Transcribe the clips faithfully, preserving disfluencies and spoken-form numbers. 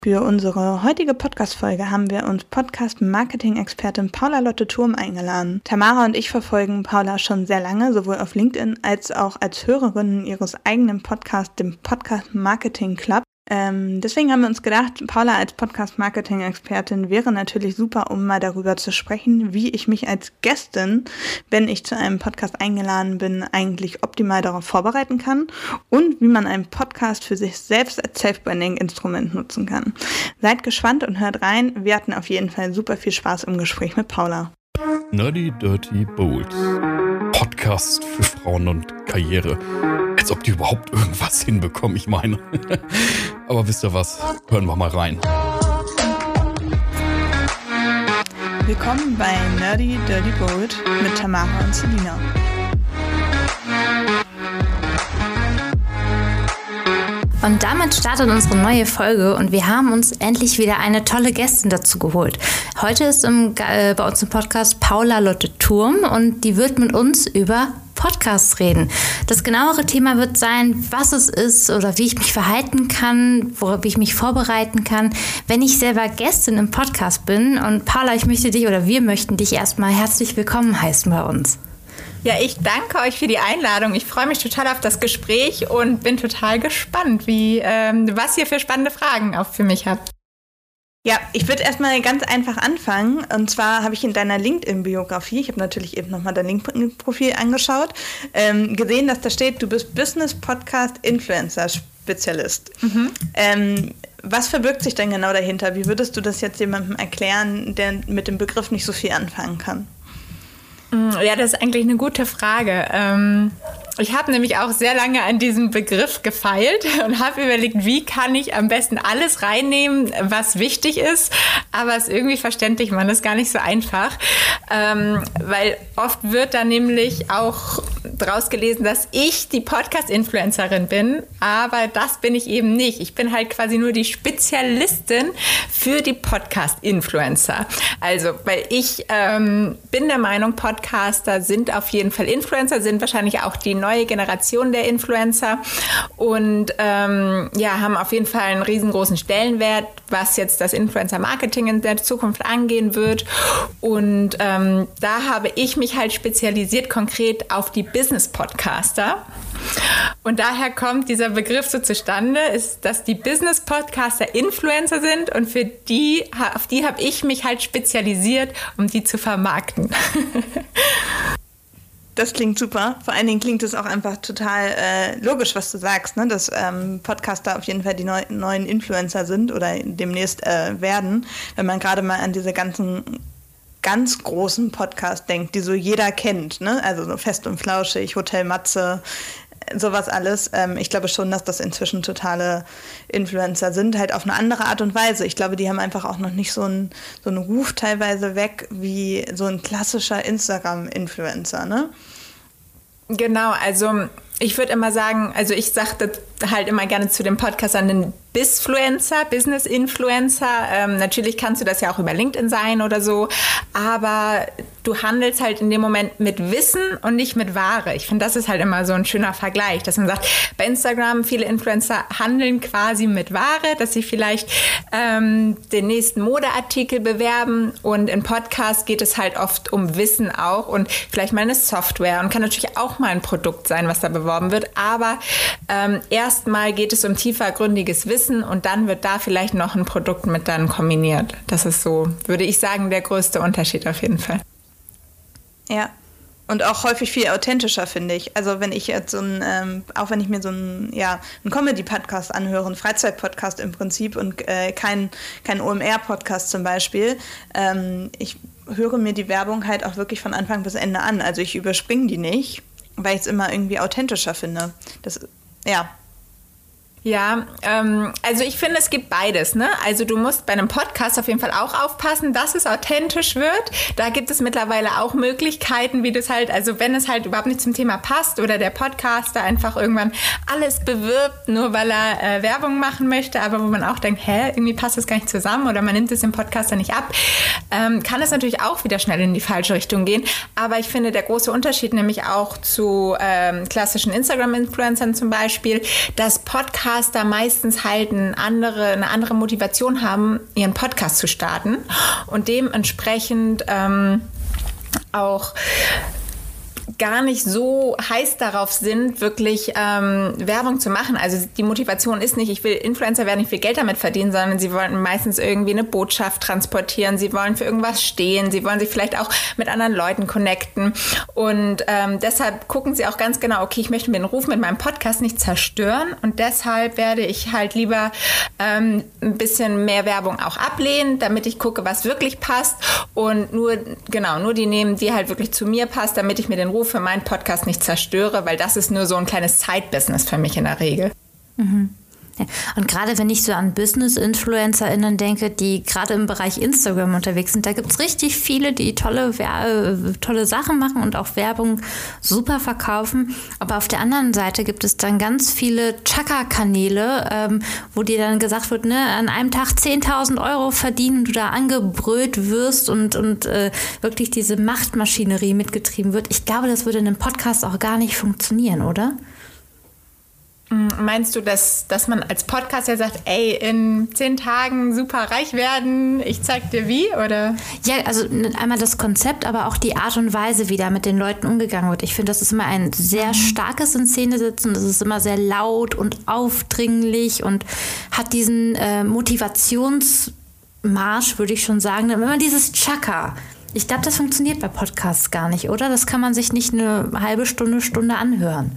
Für unsere heutige Podcast-Folge haben wir uns Podcast-Marketing-Expertin Paula Lotte Thurm eingeladen. Tamara und ich verfolgen Paula schon sehr lange, sowohl auf LinkedIn als auch als Hörerinnen ihres eigenen Podcasts, dem Podcast-Marketing-Club. Ähm, deswegen haben wir uns gedacht, Paula als Podcast-Marketing-Expertin wäre natürlich super, um mal darüber zu sprechen, wie ich mich als Gästin, wenn ich zu einem Podcast eingeladen bin, eigentlich optimal darauf vorbereiten kann und wie man einen Podcast für sich selbst als Self-Branding-Instrument nutzen kann. Seid gespannt und hört rein. Wir hatten auf jeden Fall super viel Spaß im Gespräch mit Paula. Nerdy Dirty Bold. Podcast für Frauen und Karriere. Als ob die überhaupt irgendwas hinbekommen, ich meine. Aber wisst ihr was? Hören wir mal rein. Willkommen bei Nerdy Dirty Bold mit Tamara und Selina. Und damit startet unsere neue Folge und wir haben uns endlich wieder eine tolle Gästin dazu geholt. Heute ist im, äh, bei uns im Podcast Paula Lotte Thurm und die wird mit uns über Podcasts reden. Das genauere Thema wird sein, was es ist oder wie ich mich verhalten kann, wie ich mich vorbereiten kann, wenn ich selber Gästin im Podcast bin. Und Paula, ich möchte dich oder wir möchten dich erstmal herzlich willkommen heißen bei uns. Ja, ich danke euch für die Einladung. Ich freue mich total auf das Gespräch und bin total gespannt, wie, ähm, was ihr für spannende Fragen auch für mich habt. Ja, ich würde erstmal ganz einfach anfangen. Und zwar habe ich in deiner LinkedIn-Biografie, ich habe natürlich eben nochmal dein LinkedIn-Profil angeschaut, ähm, gesehen, dass da steht, du bist Business-Podcast-Influencer-Spezialist. Mhm. Ähm, was verbirgt sich denn genau dahinter? Wie würdest du das jetzt jemandem erklären, der mit dem Begriff nicht so viel anfangen kann? Ja, das ist eigentlich eine gute Frage. Ähm Ich habe nämlich auch sehr lange an diesem Begriff gefeilt und habe überlegt, wie kann ich am besten alles reinnehmen, was wichtig ist, aber es ist irgendwie verständlich, man ist gar nicht so einfach, ähm, weil oft wird da nämlich auch draus gelesen, dass ich die Podcast-Influencerin bin, aber das bin ich eben nicht. Ich bin halt quasi nur die Spezialistin für die Podcast-Influencer. Also, weil ich ähm, bin der Meinung, Podcaster sind auf jeden Fall Influencer, sind wahrscheinlich auch die neue Generation der Influencer und ähm, ja, haben auf jeden Fall einen riesengroßen Stellenwert, was jetzt das Influencer-Marketing in der Zukunft angehen wird. Und ähm, da habe ich mich halt spezialisiert konkret auf die Business-Podcaster. Und daher kommt dieser Begriff so zustande, ist, dass die Business-Podcaster Influencer sind und für die, auf die habe ich mich halt spezialisiert, um die zu vermarkten. Das klingt super. Vor allen Dingen klingt es auch einfach total äh, logisch, was du sagst, ne? Dass ähm, Podcaster auf jeden Fall die neu, neuen Influencer sind oder demnächst äh, werden, wenn man gerade mal an diese ganzen ganz großen Podcasts denkt, die so jeder kennt, ne? Also so Fest und Flauschig, Hotel Matze, sowas alles. Ähm, ich glaube schon, dass das inzwischen totale Influencer sind, halt auf eine andere Art und Weise. Ich glaube, die haben einfach auch noch nicht so einen, so einen Ruf teilweise weg wie so ein klassischer Instagram-Influencer, ne? Genau, also ich würde immer sagen, also ich sage halt immer gerne zu dem Podcastern den Bizfluencer, Business-Influencer. Ähm, natürlich kannst du das ja auch über LinkedIn sein oder so, aber du handelst halt in dem Moment mit Wissen und nicht mit Ware. Ich finde, das ist halt immer so ein schöner Vergleich, dass man sagt, bei Instagram viele Influencer handeln quasi mit Ware, dass sie vielleicht ähm, den nächsten Modeartikel bewerben und in Podcasts geht es halt oft um Wissen auch und vielleicht mal eine Software und kann natürlich auch mal ein Produkt sein, was da beworben wird, aber ähm, erstmal geht es um tiefergründiges Wissen und dann wird da vielleicht noch ein Produkt mit dann kombiniert. Das ist so, würde ich sagen, der größte Unterschied auf jeden Fall. Ja, und auch häufig viel authentischer, finde ich. Also wenn ich jetzt so ein, ähm, auch wenn ich mir so ein, ja, einen Comedy-Podcast anhöre, einen Freizeit-Podcast im Prinzip und äh, kein, kein O M R-Podcast zum Beispiel, ähm, ich höre mir die Werbung halt auch wirklich von Anfang bis Ende an. Also ich überspringe die nicht, weil ich es immer irgendwie authentischer finde. Das, ja. Ja, ähm, also ich finde, es gibt beides, ne? Also du musst bei einem Podcast auf jeden Fall auch aufpassen, dass es authentisch wird. Da gibt es mittlerweile auch Möglichkeiten, wie das halt, also wenn es halt überhaupt nicht zum Thema passt oder der Podcaster einfach irgendwann alles bewirbt, nur weil er äh, Werbung machen möchte, aber wo man auch denkt, hä, irgendwie passt das gar nicht zusammen oder man nimmt es dem Podcaster nicht ab, ähm, kann es natürlich auch wieder schnell in die falsche Richtung gehen. Aber ich finde, der große Unterschied nämlich auch zu ähm, klassischen Instagram-Influencern zum Beispiel, dass Podcasts Podcaster meistens halt eine andere, eine andere Motivation haben, ihren Podcast zu starten und dementsprechend ähm, auch gar nicht so heiß darauf sind, wirklich ähm, Werbung zu machen. Also die Motivation ist nicht, ich will Influencer werden, ich will Geld damit verdienen, sondern sie wollen meistens irgendwie eine Botschaft transportieren, sie wollen für irgendwas stehen, sie wollen sich vielleicht auch mit anderen Leuten connecten und ähm, deshalb gucken sie auch ganz genau, okay, ich möchte mir den Ruf mit meinem Podcast nicht zerstören und deshalb werde ich halt lieber ähm, ein bisschen mehr Werbung auch ablehnen, damit ich gucke, was wirklich passt und nur, genau, nur die nehmen, die halt wirklich zu mir passt, damit ich mir den Ruf für meinen Podcast nicht zerstöre, weil das ist nur so ein kleines Side-Business für mich in der Regel. Mhm. Ja. Und gerade wenn ich so an Business-InfluencerInnen denke, die gerade im Bereich Instagram unterwegs sind, da gibt es richtig viele, die tolle, äh, tolle Sachen machen und auch Werbung super verkaufen. Aber auf der anderen Seite gibt es dann ganz viele Chakra-Kanäle, ähm, wo dir dann gesagt wird, ne, an einem Tag zehntausend Euro verdienen, du da angebrüllt wirst und, und äh, wirklich diese Machtmaschinerie mitgetrieben wird. Ich glaube, das würde in einem Podcast auch gar nicht funktionieren, oder? Meinst du, dass, dass man als Podcaster sagt, ey, in zehn Tagen super reich werden, ich zeig dir wie, oder? Ja, also einmal das Konzept, aber auch die Art und Weise, wie da mit den Leuten umgegangen wird. Ich finde, das ist immer ein sehr starkes in Szene setzen, das ist immer sehr laut und aufdringlich und hat diesen äh, Motivationsmarsch, würde ich schon sagen, immer dieses Chaka. Ich glaube, das funktioniert bei Podcasts gar nicht, oder? Das kann man sich nicht eine halbe Stunde, Stunde anhören.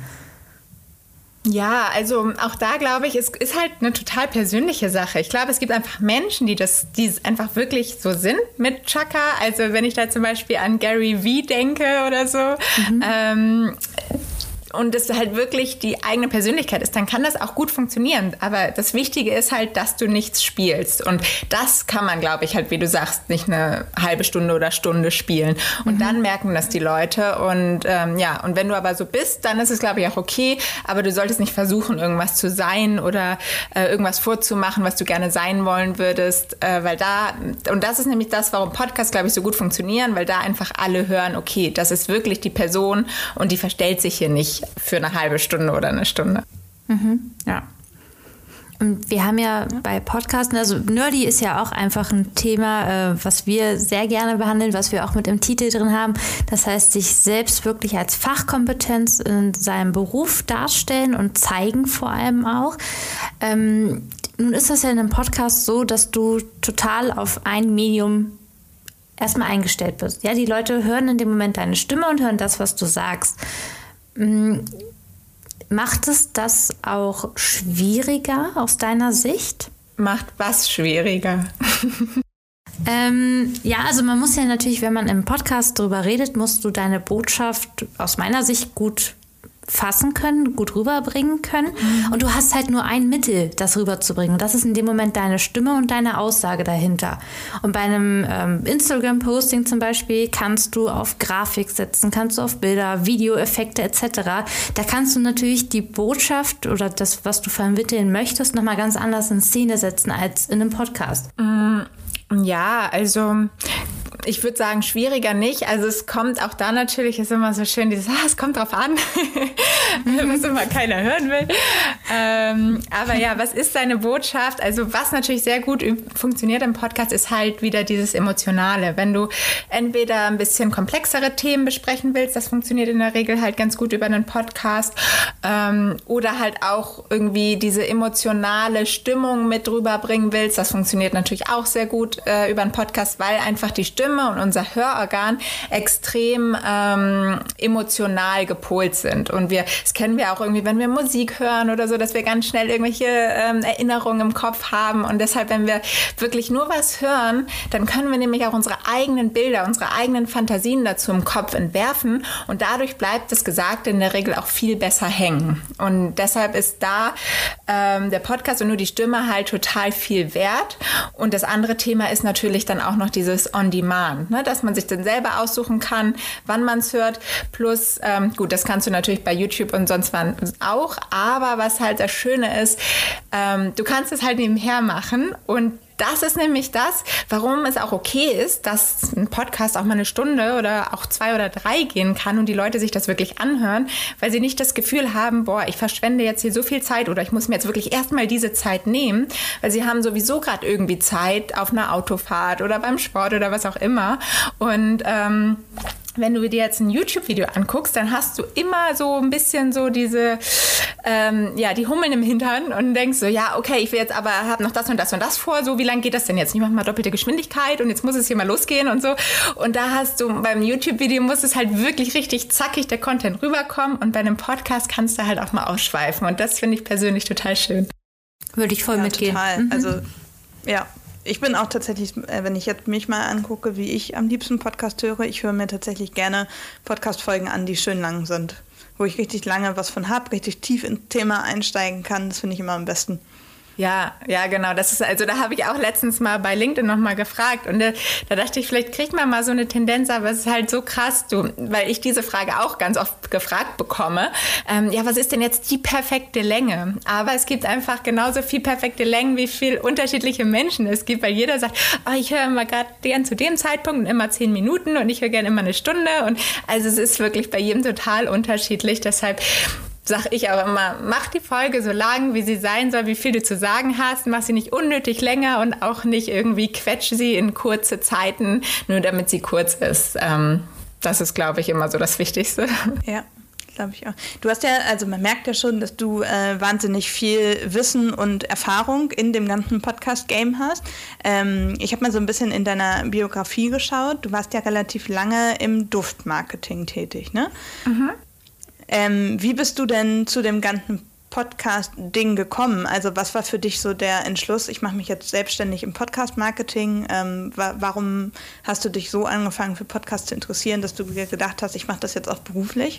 Ja, also auch da glaube ich, es ist halt eine total persönliche Sache. Ich glaube, es gibt einfach Menschen, die das, die einfach wirklich so sind mit Chaka. Also wenn ich da zum Beispiel an Gary Vee denke oder so, mhm. ähm, und das halt wirklich die eigene Persönlichkeit ist, dann kann das auch gut funktionieren. Aber das Wichtige ist halt, dass du nichts spielst. Und das kann man, glaube ich, halt, wie du sagst, nicht eine halbe Stunde oder Stunde spielen. Und mhm. dann merken das die Leute. Und ähm, ja, und wenn du aber so bist, dann ist es, glaube ich, auch okay. Aber du solltest nicht versuchen, irgendwas zu sein oder äh, irgendwas vorzumachen, was du gerne sein wollen würdest. Äh, weil da, und das ist nämlich das, warum Podcasts, glaube ich, so gut funktionieren, weil da einfach alle hören, okay, das ist wirklich die Person und die verstellt sich hier nicht für eine halbe Stunde oder eine Stunde. Mhm, ja. Und wir haben ja bei Podcasten, also Nerdy ist ja auch einfach ein Thema, äh, was wir sehr gerne behandeln, was wir auch mit im Titel drin haben. Das heißt, sich selbst wirklich als Fachkompetenz in seinem Beruf darstellen und zeigen vor allem auch. Ähm, nun ist das ja in einem Podcast so, dass du total auf ein Medium erstmal eingestellt bist. Ja, die Leute hören in dem Moment deine Stimme und hören das, was du sagst. Macht es das auch schwieriger aus deiner Sicht? Macht was schwieriger? ähm, ja, also man muss ja natürlich, wenn man im Podcast drüber redet, musst du deine Botschaft aus meiner Sicht gut fassen können, gut rüberbringen können. Mhm. Und du hast halt nur ein Mittel, das rüberzubringen. Und das ist in dem Moment deine Stimme und deine Aussage dahinter. Und bei einem ähm, Instagram-Posting zum Beispiel kannst du auf Grafik setzen, kannst du auf Bilder, Videoeffekte et cetera. Da kannst du natürlich die Botschaft oder das, was du vermitteln möchtest, nochmal ganz anders in Szene setzen als in einem Podcast. Ja, also ich würde sagen, schwieriger nicht. Also es kommt auch da natürlich, ist immer so schön dieses, ah, es kommt drauf an, was immer keiner hören will. Ähm, aber ja, was ist deine Botschaft? Also was natürlich sehr gut funktioniert im Podcast, ist halt wieder dieses Emotionale. Wenn du entweder ein bisschen komplexere Themen besprechen willst, das funktioniert in der Regel halt ganz gut über einen Podcast, ähm, oder halt auch irgendwie diese emotionale Stimmung mit rüberbringen willst, das funktioniert natürlich auch sehr gut äh, über einen Podcast, weil einfach die Stimme und unser Hörorgan extrem ähm, emotional gepolt sind. Und wir, das kennen wir auch irgendwie, wenn wir Musik hören oder so, dass wir ganz schnell irgendwelche ähm, Erinnerungen im Kopf haben. Und deshalb, wenn wir wirklich nur was hören, dann können wir nämlich auch unsere eigenen Bilder, unsere eigenen Fantasien dazu im Kopf entwerfen. Und dadurch bleibt das Gesagte in der Regel auch viel besser hängen. Und deshalb ist da ähm, der Podcast und nur die Stimme halt total viel wert. Und das andere Thema ist natürlich dann auch noch dieses On-Demand. Ne, dass man sich dann selber aussuchen kann, wann man es hört. Plus, ähm, gut, das kannst du natürlich bei YouTube und sonst wann auch. Aber was halt das Schöne ist, ähm, du kannst es halt nebenher machen und das ist nämlich das, warum es auch okay ist, dass ein Podcast auch mal eine Stunde oder auch zwei oder drei gehen kann und die Leute sich das wirklich anhören, weil sie nicht das Gefühl haben, boah, ich verschwende jetzt hier so viel Zeit oder ich muss mir jetzt wirklich erstmal diese Zeit nehmen, weil sie haben sowieso gerade irgendwie Zeit auf einer Autofahrt oder beim Sport oder was auch immer. Und ähm, wenn du dir jetzt ein YouTube-Video anguckst, dann hast du immer so ein bisschen so diese, ähm, ja, die Hummeln im Hintern und denkst so, ja, okay, ich will jetzt aber, habe noch das und das und das vor, so, wie lange geht das denn jetzt? Ich mache mal doppelte Geschwindigkeit und jetzt muss es hier mal losgehen und so. Und da hast du, beim YouTube-Video muss es halt wirklich richtig zackig der Content rüberkommen und bei einem Podcast kannst du halt auch mal ausschweifen und das finde ich persönlich total schön. Würde ich voll ja, mitgehen. Total. Mhm. Also, ja. Ich bin auch tatsächlich, wenn ich jetzt mich mal angucke, wie ich am liebsten Podcast höre, ich höre mir tatsächlich gerne Podcast-Folgen an, die schön lang sind. Wo ich richtig lange was von habe, richtig tief ins Thema einsteigen kann. Das finde ich immer am besten. Ja, ja, genau. Das ist, also da habe ich auch letztens mal bei LinkedIn nochmal gefragt und da, da dachte ich, vielleicht kriegt man mal so eine Tendenz, aber es ist halt so krass, du, weil ich diese Frage auch ganz oft gefragt bekomme. Ähm, ja, was ist denn jetzt die perfekte Länge? Aber es gibt einfach genauso viel perfekte Längen, wie viel unterschiedliche Menschen es gibt, weil jeder sagt, oh, ich höre immer gerade gern zu dem Zeitpunkt und immer zehn Minuten und ich höre gern immer eine Stunde und also es ist wirklich bei jedem total unterschiedlich, deshalb sag ich auch immer, mach die Folge so lang, wie sie sein soll, wie viel du zu sagen hast, mach sie nicht unnötig länger und auch nicht irgendwie quetsch sie in kurze Zeiten, nur damit sie kurz ist. Ähm, das ist, glaube ich, immer so das Wichtigste. Ja, glaube ich auch. Du hast ja, also man merkt ja schon, dass du äh, wahnsinnig viel Wissen und Erfahrung in dem ganzen Podcast-Game hast. Ähm, ich habe mal so ein bisschen in deiner Biografie geschaut. Du warst ja relativ lange im Duftmarketing tätig, ne? Mhm. Ähm, wie bist du denn zu dem ganzen Podcast-Ding gekommen? Also was war für dich so der Entschluss, ich mache mich jetzt selbstständig im Podcast-Marketing? Ähm, wa- warum hast du dich so angefangen für Podcasts zu interessieren, dass du dir gedacht hast, ich mache das jetzt auch beruflich?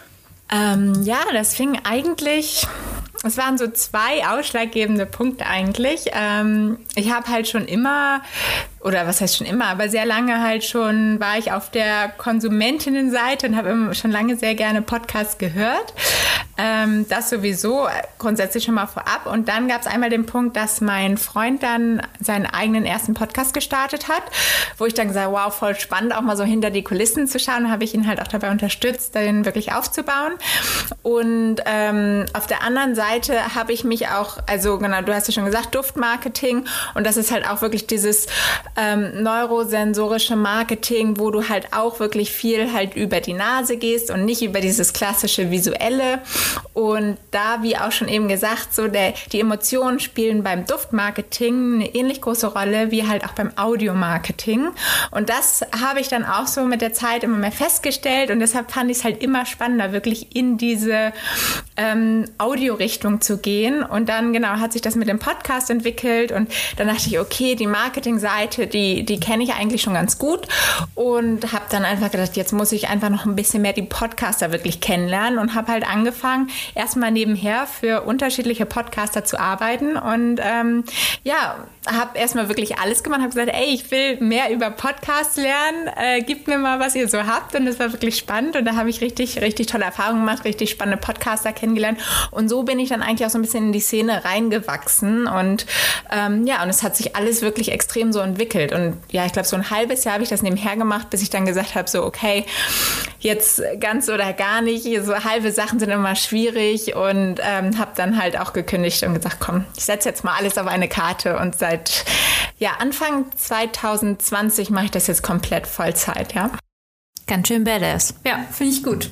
Ähm, ja, das fing eigentlich, es waren so zwei ausschlaggebende Punkte eigentlich. Ähm, ich habe halt schon immer, oder was heißt schon immer, aber sehr lange halt schon, war ich auf der Konsumentinnenseite und habe schon lange sehr gerne Podcasts gehört. Ähm, das sowieso grundsätzlich schon mal vorab. Und dann gab es einmal den Punkt, dass mein Freund dann seinen eigenen ersten Podcast gestartet hat, wo ich dann gesagt habe, wow, voll spannend, auch mal so hinter die Kulissen zu schauen. Da habe ich ihn halt auch dabei unterstützt, den wirklich aufzubauen. Und ähm, auf der anderen Seite habe ich mich auch, also genau, du hast ja schon gesagt, Duftmarketing. Und das ist halt auch wirklich dieses ähm, neurosensorische Marketing, wo du halt auch wirklich viel halt über die Nase gehst und nicht über dieses klassische Visuelle. Und da, wie auch schon eben gesagt, so der, die Emotionen spielen beim Duftmarketing eine ähnlich große Rolle wie halt auch beim Audiomarketing. Und das habe ich dann auch so mit der Zeit immer mehr festgestellt und deshalb fand ich es halt immer spannender, wirklich in diese ähm, Audio-Richtung zu gehen. Und dann genau hat sich das mit dem Podcast entwickelt und dann dachte ich, okay, die Marketingseite, die, die kenne ich eigentlich schon ganz gut und habe dann einfach gedacht, jetzt muss ich einfach noch ein bisschen mehr die Podcaster wirklich kennenlernen und habe halt angefangen, erstmal nebenher für unterschiedliche Podcaster zu arbeiten und ähm, ja, habe erstmal wirklich alles gemacht, habe gesagt, ey, ich will mehr über Podcasts lernen, äh, gebt mir mal, was ihr so habt und das war wirklich spannend und da habe ich richtig, richtig tolle Erfahrungen gemacht, richtig spannende Podcaster kennengelernt und so bin ich dann eigentlich auch so ein bisschen in die Szene reingewachsen und ähm, ja, und es hat sich alles wirklich extrem so entwickelt und ja, ich glaube, so ein halbes Jahr habe ich das nebenher gemacht, bis ich dann gesagt habe, so okay, jetzt ganz oder gar nicht, so halbe Sachen sind immer schwierig und ähm, habe dann halt auch gekündigt und gesagt, komm, ich setze jetzt mal alles auf eine Karte und seit ja, Anfang zwanzig zwanzig mache ich das jetzt komplett Vollzeit, ja. Ganz schön badass. Ja, finde ich gut.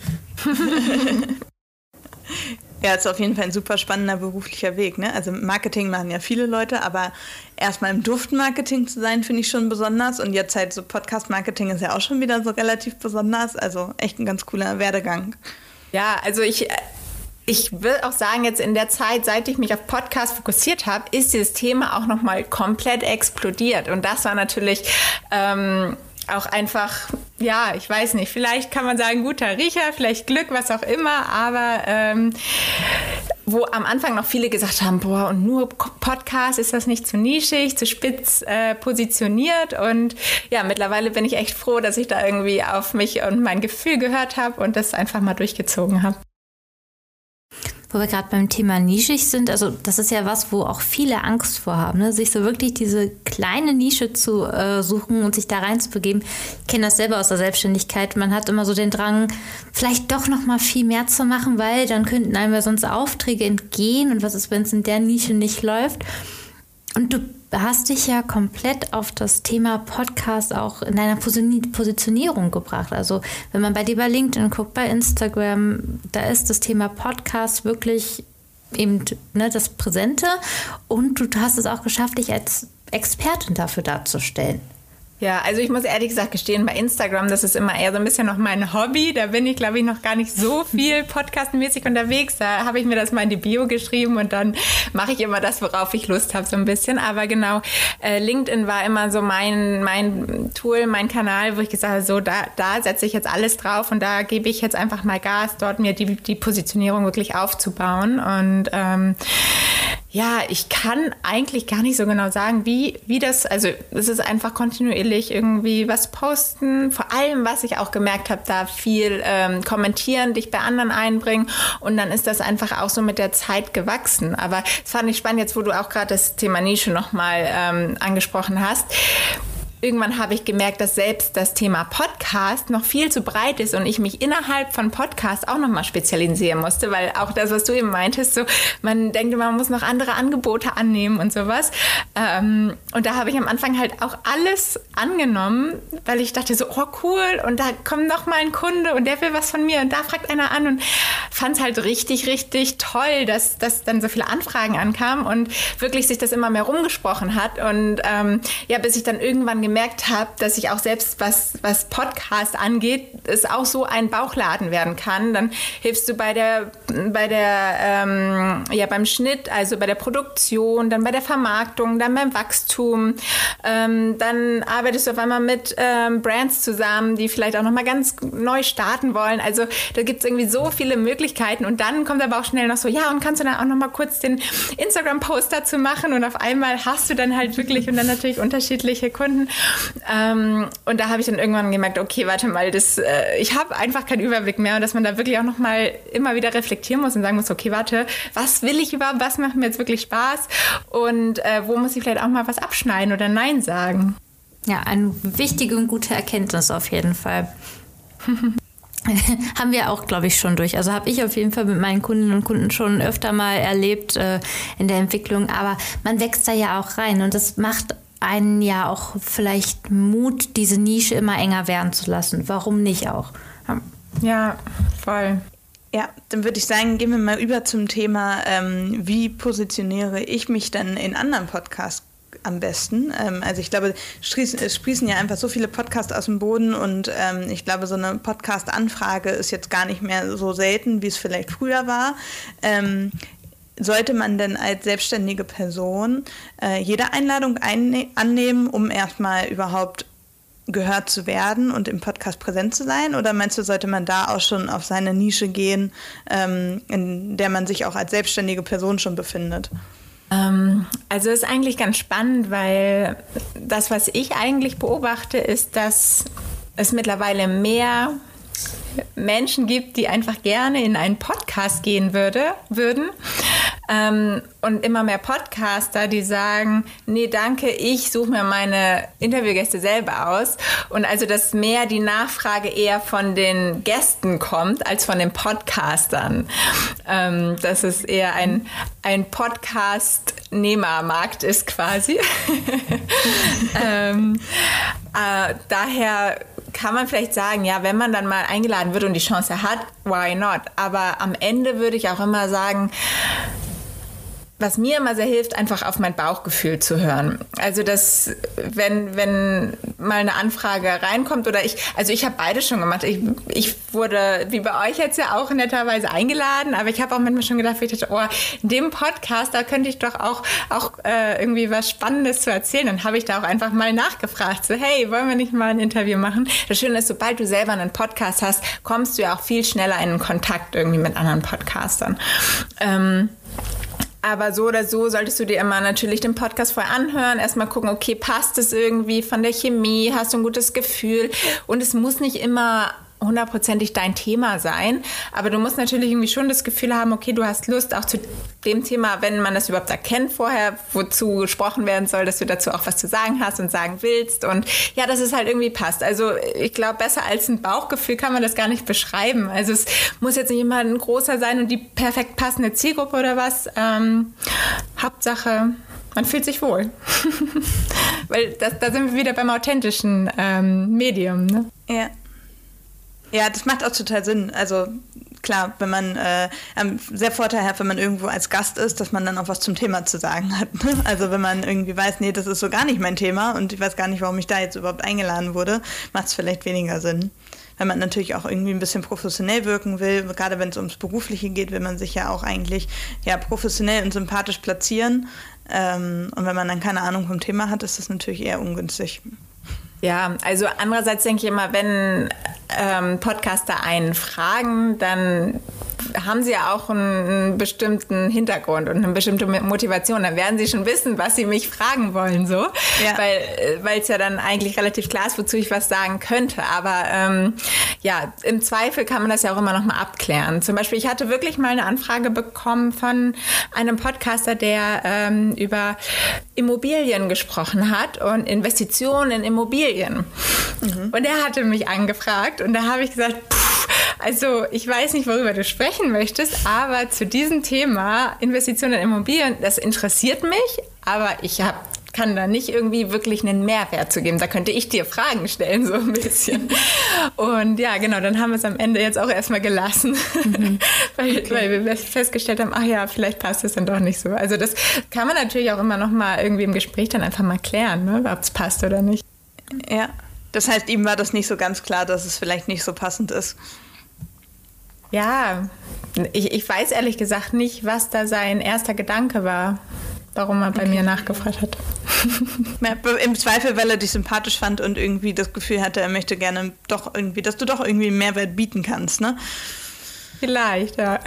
Ja, ist auf jeden Fall ein super spannender beruflicher Weg, ne? Also Marketing machen ja viele Leute, aber erstmal im Duftmarketing zu sein, finde ich schon besonders. Und jetzt halt so Podcast-Marketing ist ja auch schon wieder so relativ besonders. Also echt ein ganz cooler Werdegang. Ja, also ich... Ich will auch sagen, jetzt in der Zeit, seit ich mich auf Podcast fokussiert habe, ist dieses Thema auch nochmal komplett explodiert. Und das war natürlich ähm, auch einfach, ja, ich weiß nicht, vielleicht kann man sagen, guter Riecher, vielleicht Glück, was auch immer, aber ähm, wo am Anfang noch viele gesagt haben, boah, und nur Podcast, ist das nicht zu nischig, zu spitz äh, positioniert? Und ja, mittlerweile bin ich echt froh, dass ich da irgendwie auf mich und mein Gefühl gehört habe und das einfach mal durchgezogen habe. Wo wir gerade beim Thema nischig sind, also das ist ja was, wo auch viele Angst vor haben, ne? Sich so wirklich diese kleine Nische zu äh, suchen und sich da reinzubegeben. Ich kenne das selber aus der Selbstständigkeit. Man hat immer so den Drang, vielleicht doch noch mal viel mehr zu machen, weil dann könnten einem ja sonst Aufträge entgehen und was ist, wenn es in der Nische nicht läuft. Und du hast dich ja komplett auf das Thema Podcast auch in deiner Positionierung gebracht. Also wenn man bei dir bei LinkedIn guckt, bei Instagram, da ist das Thema Podcast wirklich eben, ne, das Präsente. Und du hast es auch geschafft, dich als Expertin dafür darzustellen. Ja, also ich muss ehrlich gesagt gestehen, bei Instagram, das ist immer eher so ein bisschen noch mein Hobby. Da bin ich, glaube ich, noch gar nicht so viel podcastmäßig unterwegs. Da habe ich mir das mal in die Bio geschrieben und dann mache ich immer das, worauf ich Lust habe, so ein bisschen. Aber genau, äh, LinkedIn war immer so mein, mein Tool, mein Kanal, wo ich gesagt habe, so da, da setze ich jetzt alles drauf und da gebe ich jetzt einfach mal Gas, dort mir die, die Positionierung wirklich aufzubauen. Und ähm, ja, ich kann eigentlich gar nicht so genau sagen, wie, wie das, also es ist einfach kontinuierlich irgendwie was posten, vor allem, was ich auch gemerkt habe, da viel ähm, kommentieren, dich bei anderen einbringen und dann ist das einfach auch so mit der Zeit gewachsen. Aber das fand ich spannend, jetzt wo du auch gerade das Thema Nische nochmal ähm, angesprochen hast. Irgendwann habe ich gemerkt, dass selbst das Thema Podcast noch viel zu breit ist und ich mich innerhalb von Podcast auch nochmal spezialisieren musste, weil auch das, was du eben meintest, so man denkt, man muss noch andere Angebote annehmen und sowas. Ähm, und da habe ich am Anfang halt auch alles angenommen, weil ich dachte so, oh cool, und da kommt noch mal ein Kunde und der will was von mir und da fragt einer an und fand es halt richtig, richtig toll, dass, dass dann so viele Anfragen ankamen und wirklich sich das immer mehr rumgesprochen hat und ähm, ja, bis ich dann irgendwann gemerkt habe, dass ich auch selbst, was, was Podcast angeht, es auch so ein Bauchladen werden kann. Dann hilfst du bei der, bei der, ähm, ja, beim Schnitt, also bei der Produktion, dann bei der Vermarktung, dann beim Wachstum. Ähm, dann arbeitest du auf einmal mit ähm, Brands zusammen, die vielleicht auch nochmal ganz neu starten wollen. Also da gibt es irgendwie so viele Möglichkeiten und dann kommt aber auch schnell noch so, ja, und kannst du dann auch nochmal kurz den Instagram-Post dazu machen und auf einmal hast du dann halt wirklich und dann natürlich unterschiedliche Kunden. Ähm, und da habe ich dann irgendwann gemerkt, okay, warte mal, das, äh, ich habe einfach keinen Überblick mehr und dass man da wirklich auch noch mal immer wieder reflektieren muss und sagen muss, okay, warte, was will ich überhaupt, was macht mir jetzt wirklich Spaß und äh, wo muss ich vielleicht auch mal was abschneiden oder Nein sagen? Ja, eine wichtige und gute Erkenntnis auf jeden Fall. Haben wir auch, glaube ich, schon durch. Also habe ich auf jeden Fall mit meinen Kundinnen und Kunden schon öfter mal erlebt äh, in der Entwicklung, aber man wächst da ja auch rein und das macht einen ja auch vielleicht Mut, diese Nische immer enger werden zu lassen. Warum nicht auch? Ja, voll. Ja, dann würde ich sagen, gehen wir mal über zum Thema, ähm, wie positioniere ich mich dann in anderen Podcasts am besten. Ähm, also ich glaube, es sprießen ja einfach so viele Podcasts aus dem Boden und ähm, ich glaube, so eine Podcast-Anfrage ist jetzt gar nicht mehr so selten, wie es vielleicht früher war. Ähm, Sollte man denn als selbstständige Person äh, jede Einladung einne- annehmen, um erstmal überhaupt gehört zu werden und im Podcast präsent zu sein? Oder meinst du, sollte man da auch schon auf seine Nische gehen, ähm, in der man sich auch als selbstständige Person schon befindet? Ähm, also ist eigentlich ganz spannend, weil das, was ich eigentlich beobachte, ist, dass es mittlerweile mehr Menschen gibt, die einfach gerne in einen Podcast gehen würde, würden. Ähm, und immer mehr Podcaster, die sagen, nee, danke, ich suche mir meine Interviewgäste selber aus. Und also, dass mehr die Nachfrage eher von den Gästen kommt, als von den Podcastern. Ähm, dass es eher ein, ein Podcast-Nehmermarkt ist quasi. ähm, äh, daher kann man vielleicht sagen, ja, wenn man dann mal eingeladen wird und die Chance hat, why not? Aber am Ende würde ich auch immer sagen, was mir immer sehr hilft, einfach auf mein Bauchgefühl zu hören. Also dass, wenn, wenn mal eine Anfrage reinkommt oder ich, also ich habe beides schon gemacht. Ich, ich wurde, wie bei euch jetzt ja auch netterweise eingeladen, aber ich habe auch manchmal schon gedacht, ich dachte, oh, in dem Podcast, da könnte ich doch auch, auch äh, irgendwie was Spannendes zu erzählen. Dann habe ich da auch einfach mal nachgefragt, so hey, wollen wir nicht mal ein Interview machen? Das Schöne ist, sobald du selber einen Podcast hast, kommst du ja auch viel schneller in Kontakt irgendwie mit anderen Podcastern. Ähm, Aber so oder so solltest du dir immer natürlich den Podcast vorher anhören, erstmal gucken, okay, passt es irgendwie von der Chemie, hast du ein gutes Gefühl und es muss nicht immer hundertprozentig dein Thema sein. Aber du musst natürlich irgendwie schon das Gefühl haben, okay, du hast Lust auch zu dem Thema, wenn man das überhaupt erkennt vorher, wozu gesprochen werden soll, dass du dazu auch was zu sagen hast und sagen willst. Und ja, dass es halt irgendwie passt. Also ich glaube, besser als ein Bauchgefühl kann man das gar nicht beschreiben. Also es muss jetzt nicht immer ein großer sein und die perfekt passende Zielgruppe oder was. Ähm, Hauptsache, man fühlt sich wohl. Weil das, da sind wir wieder beim authentischen ähm, Medium. Ne? Ja. Ja, das macht auch total Sinn. Also klar, wenn man äh, sehr vorteilhaft, wenn man irgendwo als Gast ist, dass man dann auch was zum Thema zu sagen hat. Ne? Also wenn man irgendwie weiß, nee, das ist so gar nicht mein Thema und ich weiß gar nicht, warum ich da jetzt überhaupt eingeladen wurde, macht es vielleicht weniger Sinn. Wenn man natürlich auch irgendwie ein bisschen professionell wirken will, gerade wenn es ums Berufliche geht, will man sich ja auch eigentlich ja, professionell und sympathisch platzieren. Ähm, und wenn man dann keine Ahnung vom Thema hat, ist das natürlich eher ungünstig. Ja, also andererseits denke ich immer, wenn ähm, Podcaster einen fragen, dann haben sie ja auch einen, einen bestimmten Hintergrund und eine bestimmte Motivation. Dann werden sie schon wissen, was sie mich fragen wollen, so. Ja. Weil weil es ja dann eigentlich relativ klar ist, wozu ich was sagen könnte. Aber ähm, ja, im Zweifel kann man das ja auch immer noch mal abklären. Zum Beispiel, ich hatte wirklich mal eine Anfrage bekommen von einem Podcaster, der ähm, über Immobilien gesprochen hat und Investitionen in Immobilien. Mhm. Und er hatte mich angefragt und da habe ich gesagt, pff, also ich weiß nicht, worüber du sprechen möchtest, aber zu diesem Thema Investitionen in Immobilien, das interessiert mich, aber ich habe kann da nicht irgendwie wirklich einen Mehrwert zu geben. Da könnte ich dir Fragen stellen, so ein bisschen. Und ja, genau, dann haben wir es am Ende jetzt auch erstmal gelassen, mhm. weil, okay. weil wir festgestellt haben, ach ja, vielleicht passt es dann doch nicht so. Also das kann man natürlich auch immer noch mal irgendwie im Gespräch dann einfach mal klären, ne, ob es passt oder nicht. Ja, das heißt, ihm war das nicht so ganz klar, dass es vielleicht nicht so passend ist. Ja, ich, ich weiß ehrlich gesagt nicht, was da sein erster Gedanke war, warum er bei okay. mir nachgefragt hat. Ja, im Zweifel, weil er dich sympathisch fand und irgendwie das Gefühl hatte, er möchte gerne doch irgendwie, dass du doch irgendwie einen Mehrwert bieten kannst, ne? Vielleicht, ja.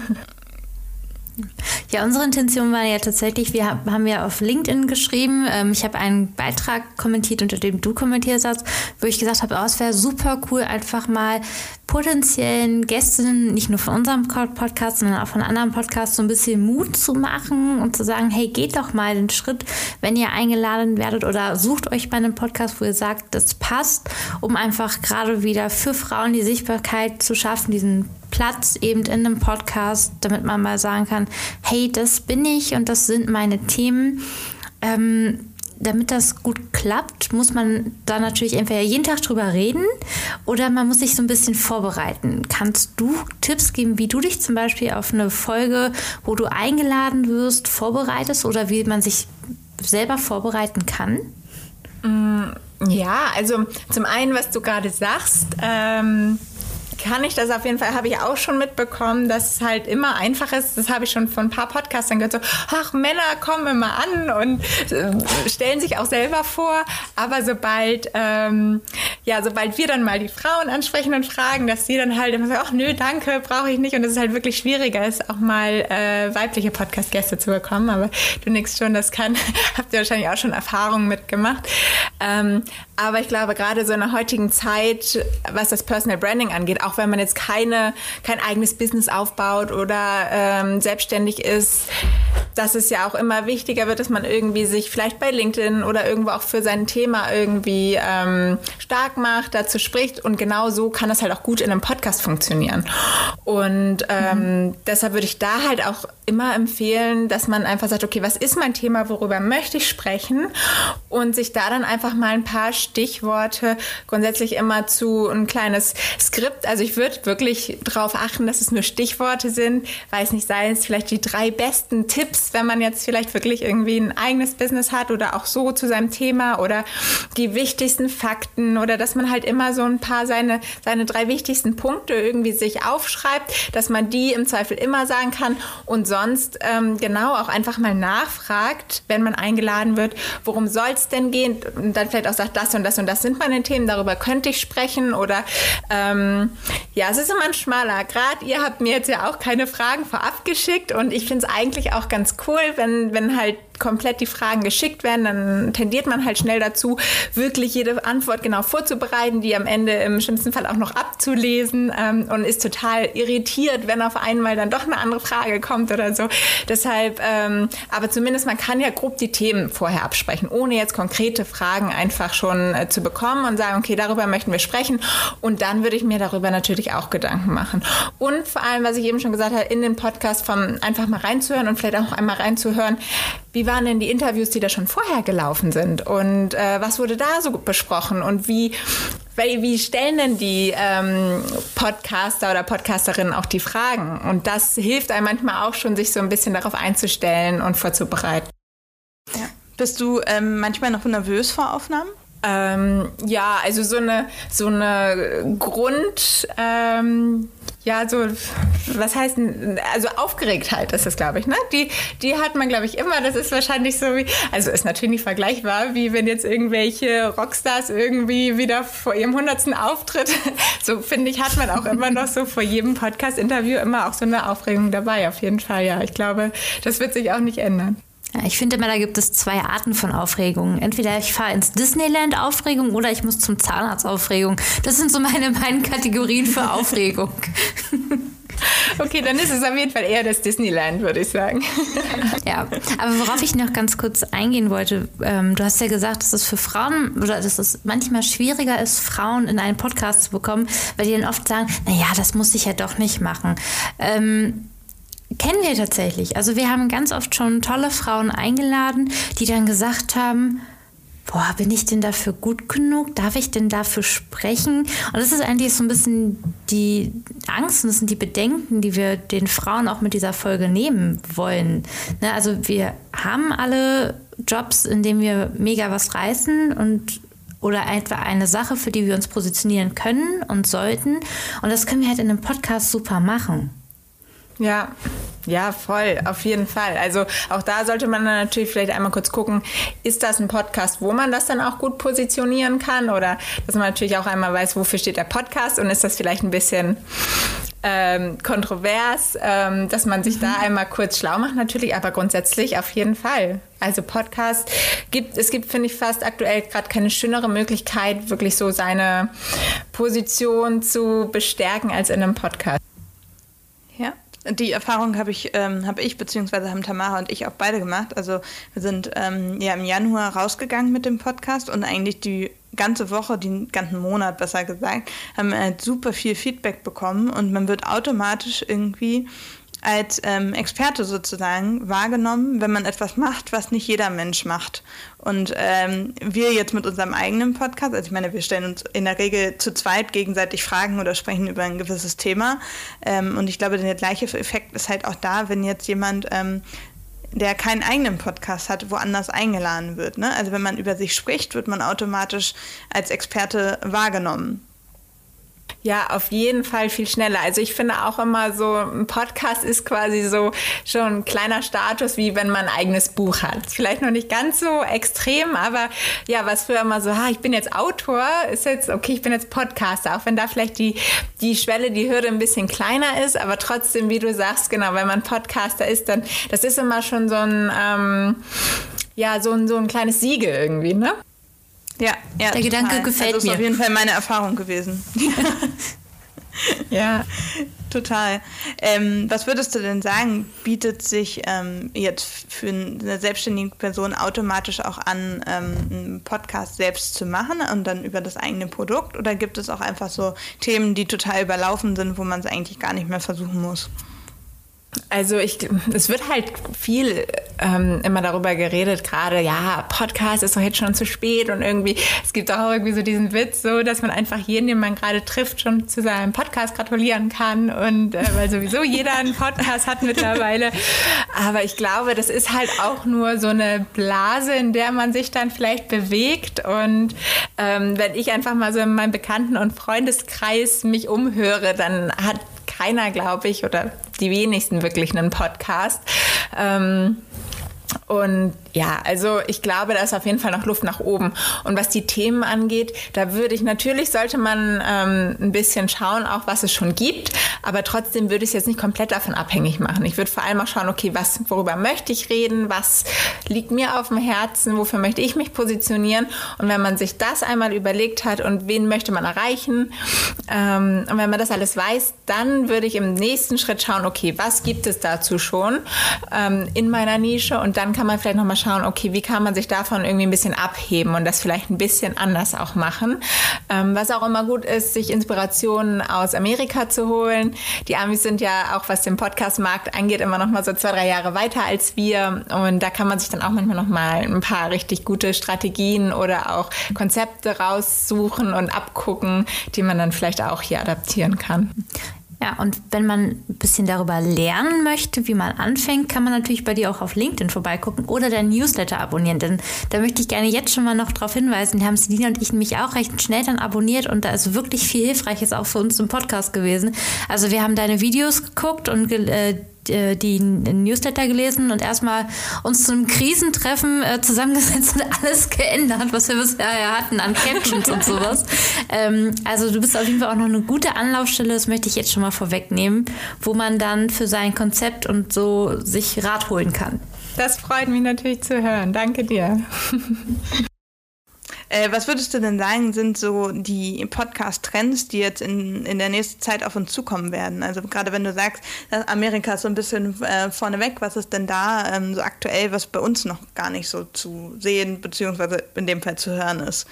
Ja, unsere Intention war ja tatsächlich, wir haben ja auf LinkedIn geschrieben, ich habe einen Beitrag kommentiert, unter dem du kommentiert hast, wo ich gesagt habe, oh, es wäre super cool, einfach mal potenziellen Gästen, nicht nur von unserem Podcast, sondern auch von anderen Podcasts, so ein bisschen Mut zu machen und zu sagen, hey, geht doch mal den Schritt, wenn ihr eingeladen werdet oder sucht euch mal einen Podcast, wo ihr sagt, das passt, um einfach gerade wieder für Frauen die Sichtbarkeit zu schaffen, diesen Platz eben in einem Podcast, damit man mal sagen kann, hey, das bin ich und das sind meine Themen. Ähm, damit das gut klappt, muss man da natürlich entweder jeden Tag drüber reden oder man muss sich so ein bisschen vorbereiten. Kannst du Tipps geben, wie du dich zum Beispiel auf eine Folge, wo du eingeladen wirst, vorbereitest oder wie man sich selber vorbereiten kann? Ja, also zum einen, was du gerade sagst, ähm kann ich das auf jeden Fall, habe ich auch schon mitbekommen, dass es halt immer einfach ist. Das habe ich schon von ein paar Podcastern gehört, so, ach, Männer kommen immer an und äh, stellen sich auch selber vor. Aber sobald, ähm, ja, sobald wir dann mal die Frauen ansprechen und fragen, dass sie dann halt immer sagen, ach, nö, danke, brauche ich nicht. Und es ist halt wirklich schwieriger ist, auch mal äh, weibliche Podcast-Gäste zu bekommen. Aber du nickst schon, das kann, habt ihr wahrscheinlich auch schon Erfahrungen mitgemacht. Ähm, aber ich glaube, gerade so in der heutigen Zeit, was das Personal Branding angeht, auch wenn man jetzt keine, kein eigenes Business aufbaut oder ähm, selbstständig ist, dass es ja auch immer wichtiger wird, dass man irgendwie sich vielleicht bei LinkedIn oder irgendwo auch für sein Thema irgendwie ähm, stark macht, dazu spricht und genau so kann das halt auch gut in einem Podcast funktionieren. Und ähm, mhm. deshalb würde ich da halt auch immer empfehlen, dass man einfach sagt, okay, was ist mein Thema, worüber möchte ich sprechen und sich da dann einfach mal ein paar Stichworte grundsätzlich immer zu ein kleines Skript, also ich würde wirklich darauf achten, dass es nur Stichworte sind, weiß nicht, sei es vielleicht die drei besten Tipps, wenn man jetzt vielleicht wirklich irgendwie ein eigenes Business hat oder auch so zu seinem Thema oder die wichtigsten Fakten oder dass man halt immer so ein paar seine, seine drei wichtigsten Punkte irgendwie sich aufschreibt, dass man die im Zweifel immer sagen kann und sonst ähm, genau auch einfach mal nachfragt, wenn man eingeladen wird, worum soll es denn gehen und dann vielleicht auch sagt, das und das und das sind meine Themen, darüber könnte ich sprechen oder ähm, ja, es ist immer ein schmaler Grad. Ihr habt mir jetzt ja auch keine Fragen vorab geschickt und ich finde es eigentlich auch ganz cool, wenn, wenn halt komplett die Fragen geschickt werden, dann tendiert man halt schnell dazu, wirklich jede Antwort genau vorzubereiten, die am Ende im schlimmsten Fall auch noch abzulesen ähm, und ist total irritiert, wenn auf einmal dann doch eine andere Frage kommt oder so. Deshalb, ähm, aber zumindest man kann ja grob die Themen vorher absprechen, ohne jetzt konkrete Fragen einfach schon äh, zu bekommen und sagen, okay, darüber möchten wir sprechen und dann würde ich mir darüber natürlich auch Gedanken machen. Und vor allem, was ich eben schon gesagt habe, in den Podcast vom einfach mal reinzuhören und vielleicht auch einmal reinzuhören, wie waren denn die Interviews, die da schon vorher gelaufen sind und äh, was wurde da so besprochen und wie, wie stellen denn die ähm, Podcaster oder Podcasterinnen auch die Fragen? Und das hilft einem manchmal auch schon, sich so ein bisschen darauf einzustellen und vorzubereiten. Ja. Bist du ähm, manchmal noch nervös vor Aufnahmen? Ähm, ja, also so eine, so eine Grund, ähm, ja, so, was heißt denn, also Aufgeregtheit ist das, glaube ich, ne? Die, die hat man, glaube ich, immer. Das ist wahrscheinlich so wie, also ist natürlich nicht vergleichbar, wie wenn jetzt irgendwelche Rockstars irgendwie wieder vor ihrem hundertsten Auftritt, so finde ich, hat man auch immer noch so vor jedem Podcast-Interview immer auch so eine Aufregung dabei, auf jeden Fall, ja. Ich glaube, das wird sich auch nicht ändern. Ich finde immer, da gibt es zwei Arten von Aufregung. Entweder ich fahre ins Disneyland Aufregung oder ich muss zum Zahnarzt Aufregung. Das sind so meine beiden Kategorien für Aufregung. Okay, dann ist es auf jeden Fall eher das Disneyland, würde ich sagen. Ja, aber worauf ich noch ganz kurz eingehen wollte, ähm, du hast ja gesagt, dass es für Frauen oder dass es manchmal schwieriger ist, Frauen in einen Podcast zu bekommen, weil die dann oft sagen, naja, das muss ich ja doch nicht machen. Ähm, Kennen wir tatsächlich. Also wir haben ganz oft schon tolle Frauen eingeladen, die dann gesagt haben, boah, bin ich denn dafür gut genug? Darf ich denn dafür sprechen? Und das ist eigentlich so ein bisschen die Angst und das sind die Bedenken, die wir den Frauen auch mit dieser Folge nehmen wollen. Ne, also wir haben alle Jobs, in denen wir mega was reißen und oder etwa eine Sache, für die wir uns positionieren können und sollten. Und das können wir halt in einem Podcast super machen. Ja, ja, voll, auf jeden Fall. Also auch da sollte man dann natürlich vielleicht einmal kurz gucken, ist das ein Podcast, wo man das dann auch gut positionieren kann oder dass man natürlich auch einmal weiß, wofür steht der Podcast und ist das vielleicht ein bisschen ähm, kontrovers, ähm, dass man sich da einmal kurz schlau macht natürlich, aber grundsätzlich auf jeden Fall. Also Podcast gibt, es gibt, finde ich, fast aktuell gerade keine schönere Möglichkeit, wirklich so seine Position zu bestärken als in einem Podcast. Ja. Die Erfahrung habe ich, ähm, habe ich beziehungsweise haben Tamara und ich auch beide gemacht. Also wir sind ähm, ja im Januar rausgegangen mit dem Podcast und eigentlich die ganze Woche, den ganzen Monat besser gesagt, haben wir halt super viel Feedback bekommen und man wird automatisch irgendwie als ähm, Experte sozusagen wahrgenommen, wenn man etwas macht, was nicht jeder Mensch macht. Und ähm, wir jetzt mit unserem eigenen Podcast, also ich meine, wir stellen uns in der Regel zu zweit gegenseitig Fragen oder sprechen über ein gewisses Thema. Ähm, und ich glaube, der gleiche Effekt ist halt auch da, wenn jetzt jemand, ähm, der keinen eigenen Podcast hat, woanders eingeladen wird. Ne? Also wenn man über sich spricht, wird man automatisch als Experte wahrgenommen. Ja, auf jeden Fall viel schneller. Also ich finde auch immer so, ein Podcast ist quasi so schon ein kleiner Status, wie wenn man ein eigenes Buch hat. Vielleicht noch nicht ganz so extrem, aber ja, was früher immer so, ha, ich bin jetzt Autor, ist jetzt, okay, ich bin jetzt Podcaster, auch wenn da vielleicht die, die Schwelle, die Hürde ein bisschen kleiner ist, aber trotzdem, wie du sagst, genau, wenn man Podcaster ist, dann, das ist immer schon so ein, ähm, ja, so ein, so ein kleines Siegel irgendwie, ne? Ja, ja, der Gedanke total. gefällt also mir. Das ist auf jeden Fall meine Erfahrung gewesen. Ja, total. Ähm, was würdest du denn sagen, bietet sich ähm, jetzt für eine selbstständige Person automatisch auch an, ähm, einen Podcast selbst zu machen und dann über das eigene Produkt? Oder gibt es auch einfach so Themen, die total überlaufen sind, wo man es eigentlich gar nicht mehr versuchen muss? Also ich, es wird halt viel ähm, immer darüber geredet, gerade, ja, Podcast ist doch jetzt schon zu spät und irgendwie, es gibt auch irgendwie so diesen Witz, so, dass man einfach jeden, den man gerade trifft, schon zu seinem Podcast gratulieren kann und äh, weil sowieso jeder einen Podcast hat mittlerweile. Aber ich glaube, das ist halt auch nur so eine Blase, in der man sich dann vielleicht bewegt und ähm, wenn ich einfach mal so in meinem Bekannten- und Freundeskreis mich umhöre, dann hat keiner, glaube ich, oder die wenigsten wirklich einen Podcast. Ähm, Und ja, also ich glaube, da ist auf jeden Fall noch Luft nach oben. Und was die Themen angeht, da würde ich natürlich, sollte man ähm, ein bisschen schauen, auch was es schon gibt. Aber trotzdem würde ich es jetzt nicht komplett davon abhängig machen. Ich würde vor allem auch schauen, okay, was, worüber möchte ich reden? Was liegt mir auf dem Herzen? Wofür möchte ich mich positionieren? Und wenn man sich das einmal überlegt hat und wen möchte man erreichen? Ähm, und wenn man das alles weiß, dann würde ich im nächsten Schritt schauen, okay, was gibt es dazu schon ähm, in meiner Nische? Und dann kann man vielleicht nochmal schauen, okay, wie kann man sich davon irgendwie ein bisschen abheben und das vielleicht ein bisschen anders auch machen. Ähm, was auch immer gut ist, sich Inspirationen aus Amerika zu holen. Die Amis sind ja auch, was den Podcast-Markt angeht, immer noch mal so zwei, drei Jahre weiter als wir. Und da kann man sich dann auch manchmal noch mal ein paar richtig gute Strategien oder auch Konzepte raussuchen und abgucken, die man dann vielleicht auch hier adaptieren kann. Ja, und wenn man ein bisschen darüber lernen möchte, wie man anfängt, kann man natürlich bei dir auch auf LinkedIn vorbeigucken oder dein Newsletter abonnieren. Denn da möchte ich gerne jetzt schon mal noch darauf hinweisen, die haben Selina und ich nämlich auch recht schnell dann abonniert und da ist wirklich viel Hilfreiches auch für uns im Podcast gewesen. Also wir haben deine Videos geguckt und äh, die Newsletter gelesen und erstmal uns zu einem Krisentreffen äh, zusammengesetzt und alles geändert, was wir bisher hatten an Captions und sowas. Ähm, also du bist auf jeden Fall auch noch eine gute Anlaufstelle, das möchte ich jetzt schon mal vorwegnehmen, wo man dann für sein Konzept und so sich Rat holen kann. Das freut mich natürlich zu hören. Danke dir. Äh, was würdest du denn sagen, sind so die Podcast-Trends, die jetzt in, in der nächsten Zeit auf uns zukommen werden? Also gerade wenn du sagst, Amerika ist so ein bisschen äh, vorneweg, was ist denn da ähm, so aktuell, was bei uns noch gar nicht so zu sehen, beziehungsweise in dem Fall zu hören ist?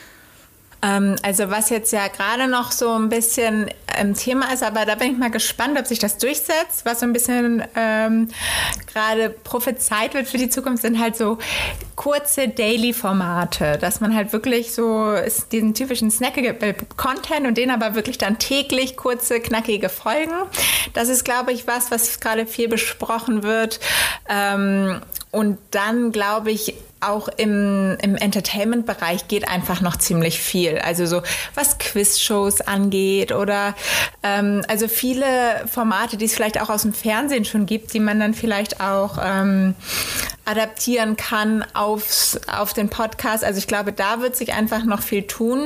Also was jetzt ja gerade noch so ein bisschen ähm, Thema ist, aber da bin ich mal gespannt, ob sich das durchsetzt. Was so ein bisschen ähm, gerade prophezeit wird für die Zukunft, sind halt so kurze Daily-Formate, dass man halt wirklich so ist, diesen typischen Snackable-Content und den aber wirklich dann täglich kurze, knackige Folgen. Das ist, glaube ich, was, was gerade viel besprochen wird. Ähm, und dann, glaube ich, auch im, im Entertainment-Bereich geht einfach noch ziemlich viel. Also so was Quiz-Shows angeht oder ähm, also viele Formate, die es vielleicht auch aus dem Fernsehen schon gibt, die man dann vielleicht auch ähm, adaptieren kann aufs, auf den Podcast. Also ich glaube, da wird sich einfach noch viel tun.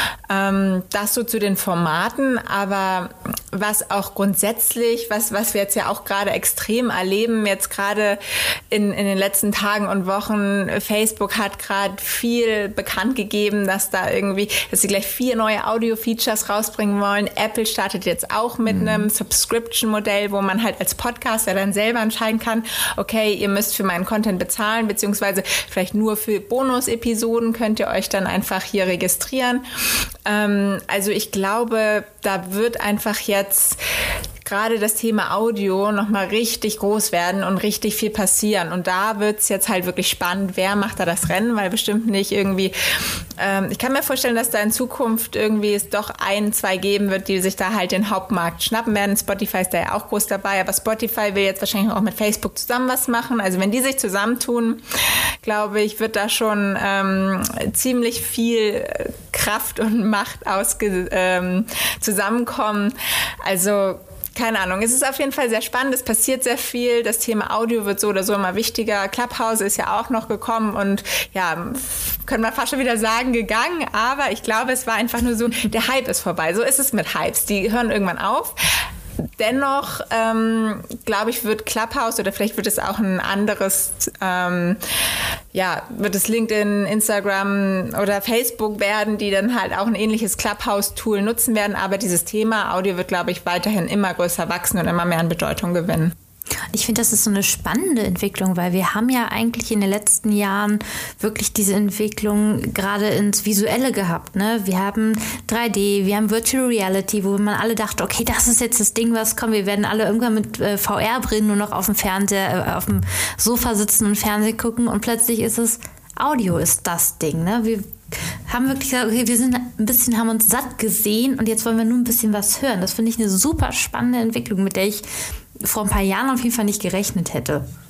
Ähm, das so zu den Formaten, aber was auch grundsätzlich, was, was wir jetzt ja auch gerade extrem erleben, jetzt gerade in, in den letzten Tagen und Wochen, Facebook hat gerade viel bekannt gegeben, dass da irgendwie, dass sie gleich vier neue Audio-Features rausbringen wollen. Apple startet jetzt auch mit mhm. einem Subscription-Modell, wo man halt als Podcaster dann selber entscheiden kann, okay, ihr müsst für meinen Content bezahlen, beziehungsweise vielleicht nur für Bonus-Episoden könnt ihr euch dann einfach hier registrieren. Ähm, also ich glaube, da wird einfach jetzt gerade das Thema Audio nochmal richtig groß werden und richtig viel passieren. Und da wird es jetzt halt wirklich spannend, wer macht da das Rennen, weil bestimmt nicht irgendwie, ähm, ich kann mir vorstellen, dass da in Zukunft irgendwie es doch ein, zwei geben wird, die sich da halt den Hauptmarkt schnappen werden. Spotify ist da ja auch groß dabei, aber Spotify will jetzt wahrscheinlich auch mit Facebook zusammen was machen. Also wenn die sich zusammentun, glaube ich, wird da schon ähm, ziemlich viel Kraft und Macht ausge- ähm, zusammenkommen. Also keine Ahnung, es ist auf jeden Fall sehr spannend, es passiert sehr viel, das Thema Audio wird so oder so immer wichtiger, Clubhouse ist ja auch noch gekommen und ja, können wir fast schon wieder sagen, gegangen, aber ich glaube, es war einfach nur so, der Hype ist vorbei, so ist es mit Hypes, die hören irgendwann auf. Dennoch, ähm, glaube ich, wird Clubhouse oder vielleicht wird es auch ein anderes, ähm, ja, wird es LinkedIn, Instagram oder Facebook werden, die dann halt auch ein ähnliches Clubhouse-Tool nutzen werden. Aber dieses Thema Audio wird, glaube ich, weiterhin immer größer wachsen und immer mehr an Bedeutung gewinnen. Ich finde, das ist so eine spannende Entwicklung, weil wir haben ja eigentlich in den letzten Jahren wirklich diese Entwicklung gerade ins Visuelle gehabt. Ne? Wir haben drei D, wir haben Virtual Reality, wo man alle dachte, okay, das ist jetzt das Ding, was kommt. Wir werden alle irgendwann mit äh, V R-Brillen nur noch auf dem Fernseher, äh, auf dem Sofa sitzen und Fernsehen gucken und plötzlich ist es, Audio ist das Ding. Ne? Wir haben wirklich gesagt, okay, wir sind ein bisschen, haben uns satt gesehen und jetzt wollen wir nur ein bisschen was hören. Das finde ich eine super spannende Entwicklung, mit der ich vor ein paar Jahren auf jeden Fall nicht gerechnet hätte.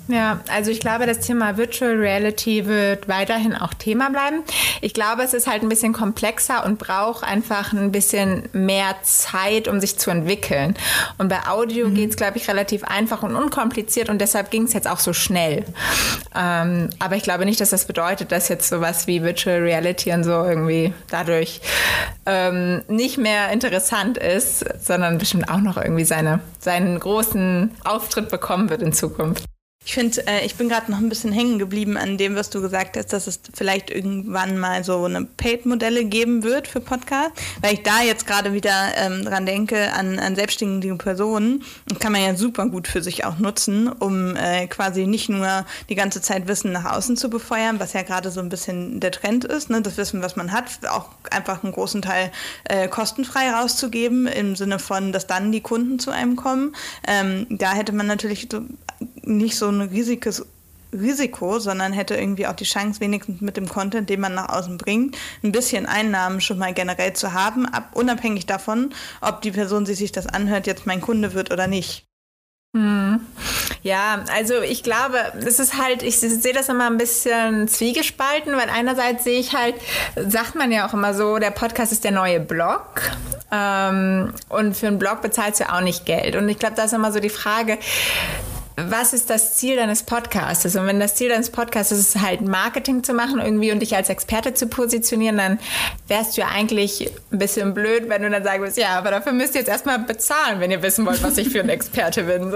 Ja, also ich glaube, das Thema Virtual Reality wird weiterhin auch Thema bleiben. Ich glaube, es ist halt ein bisschen komplexer und braucht einfach ein bisschen mehr Zeit, um sich zu entwickeln. Und bei Audio mhm. geht es, glaube ich, relativ einfach und unkompliziert und deshalb ging es jetzt auch so schnell. Ähm, aber ich glaube nicht, dass das bedeutet, dass jetzt sowas wie Virtual Reality und so irgendwie dadurch ähm, nicht mehr interessant ist, sondern bestimmt auch noch irgendwie seine, seinen großen Auftritt bekommen wird in Zukunft. Ich finde, äh, ich bin gerade noch ein bisschen hängen geblieben an dem, was du gesagt hast, dass es vielleicht irgendwann mal so eine Paid-Modelle geben wird für Podcasts, weil ich da jetzt gerade wieder ähm, dran denke, an, an selbstständige Personen, kann man ja super gut für sich auch nutzen, um äh, quasi nicht nur die ganze Zeit Wissen nach außen zu befeuern, was ja gerade so ein bisschen der Trend ist, ne? Das Wissen, was man hat, auch einfach einen großen Teil äh, kostenfrei rauszugeben, im Sinne von, dass dann die Kunden zu einem kommen. Ähm, da hätte man natürlich so nicht so ein riesiges Risiko, sondern hätte irgendwie auch die Chance, wenigstens mit dem Content, den man nach außen bringt, ein bisschen Einnahmen schon mal generell zu haben, ab, unabhängig davon, ob die Person, die sich das anhört, jetzt mein Kunde wird oder nicht. Hm. Ja, also ich glaube, das ist halt, ich sehe das immer ein bisschen zwiegespalten, weil einerseits sehe ich halt, sagt man ja auch immer so, der Podcast ist der neue Blog. Ähm, und für einen Blog bezahlst du auch nicht Geld. Und ich glaube, da ist immer so die Frage, was ist das Ziel deines Podcasts? Und wenn das Ziel deines Podcasts ist, ist halt Marketing zu machen irgendwie und dich als Experte zu positionieren, dann wärst du ja eigentlich ein bisschen blöd, wenn du dann sagen würdest, ja, aber dafür müsst ihr jetzt erstmal bezahlen, wenn ihr wissen wollt, was ich für ein Experte bin.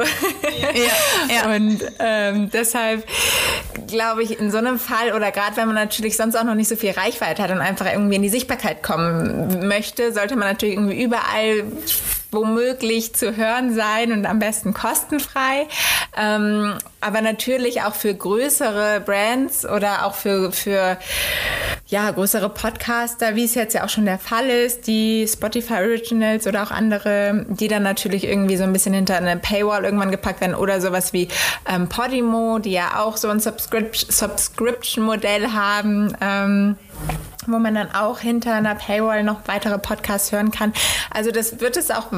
Ja, ja. Und ähm, deshalb glaube ich, in so einem Fall oder gerade wenn man natürlich sonst auch noch nicht so viel Reichweite hat und einfach irgendwie in die Sichtbarkeit kommen möchte, sollte man natürlich irgendwie überall womöglich zu hören sein und am besten kostenfrei. Ähm, aber natürlich auch für größere Brands oder auch für, für ja, größere Podcaster, wie es jetzt ja auch schon der Fall ist, die Spotify Originals oder auch andere, die dann natürlich irgendwie so ein bisschen hinter eine Paywall irgendwann gepackt werden oder sowas wie ähm, Podimo, die ja auch so ein Subscription- Subscription-Modell haben, ähm, wo man dann auch hinter einer Paywall noch weitere Podcasts hören kann. Also das wird es auch,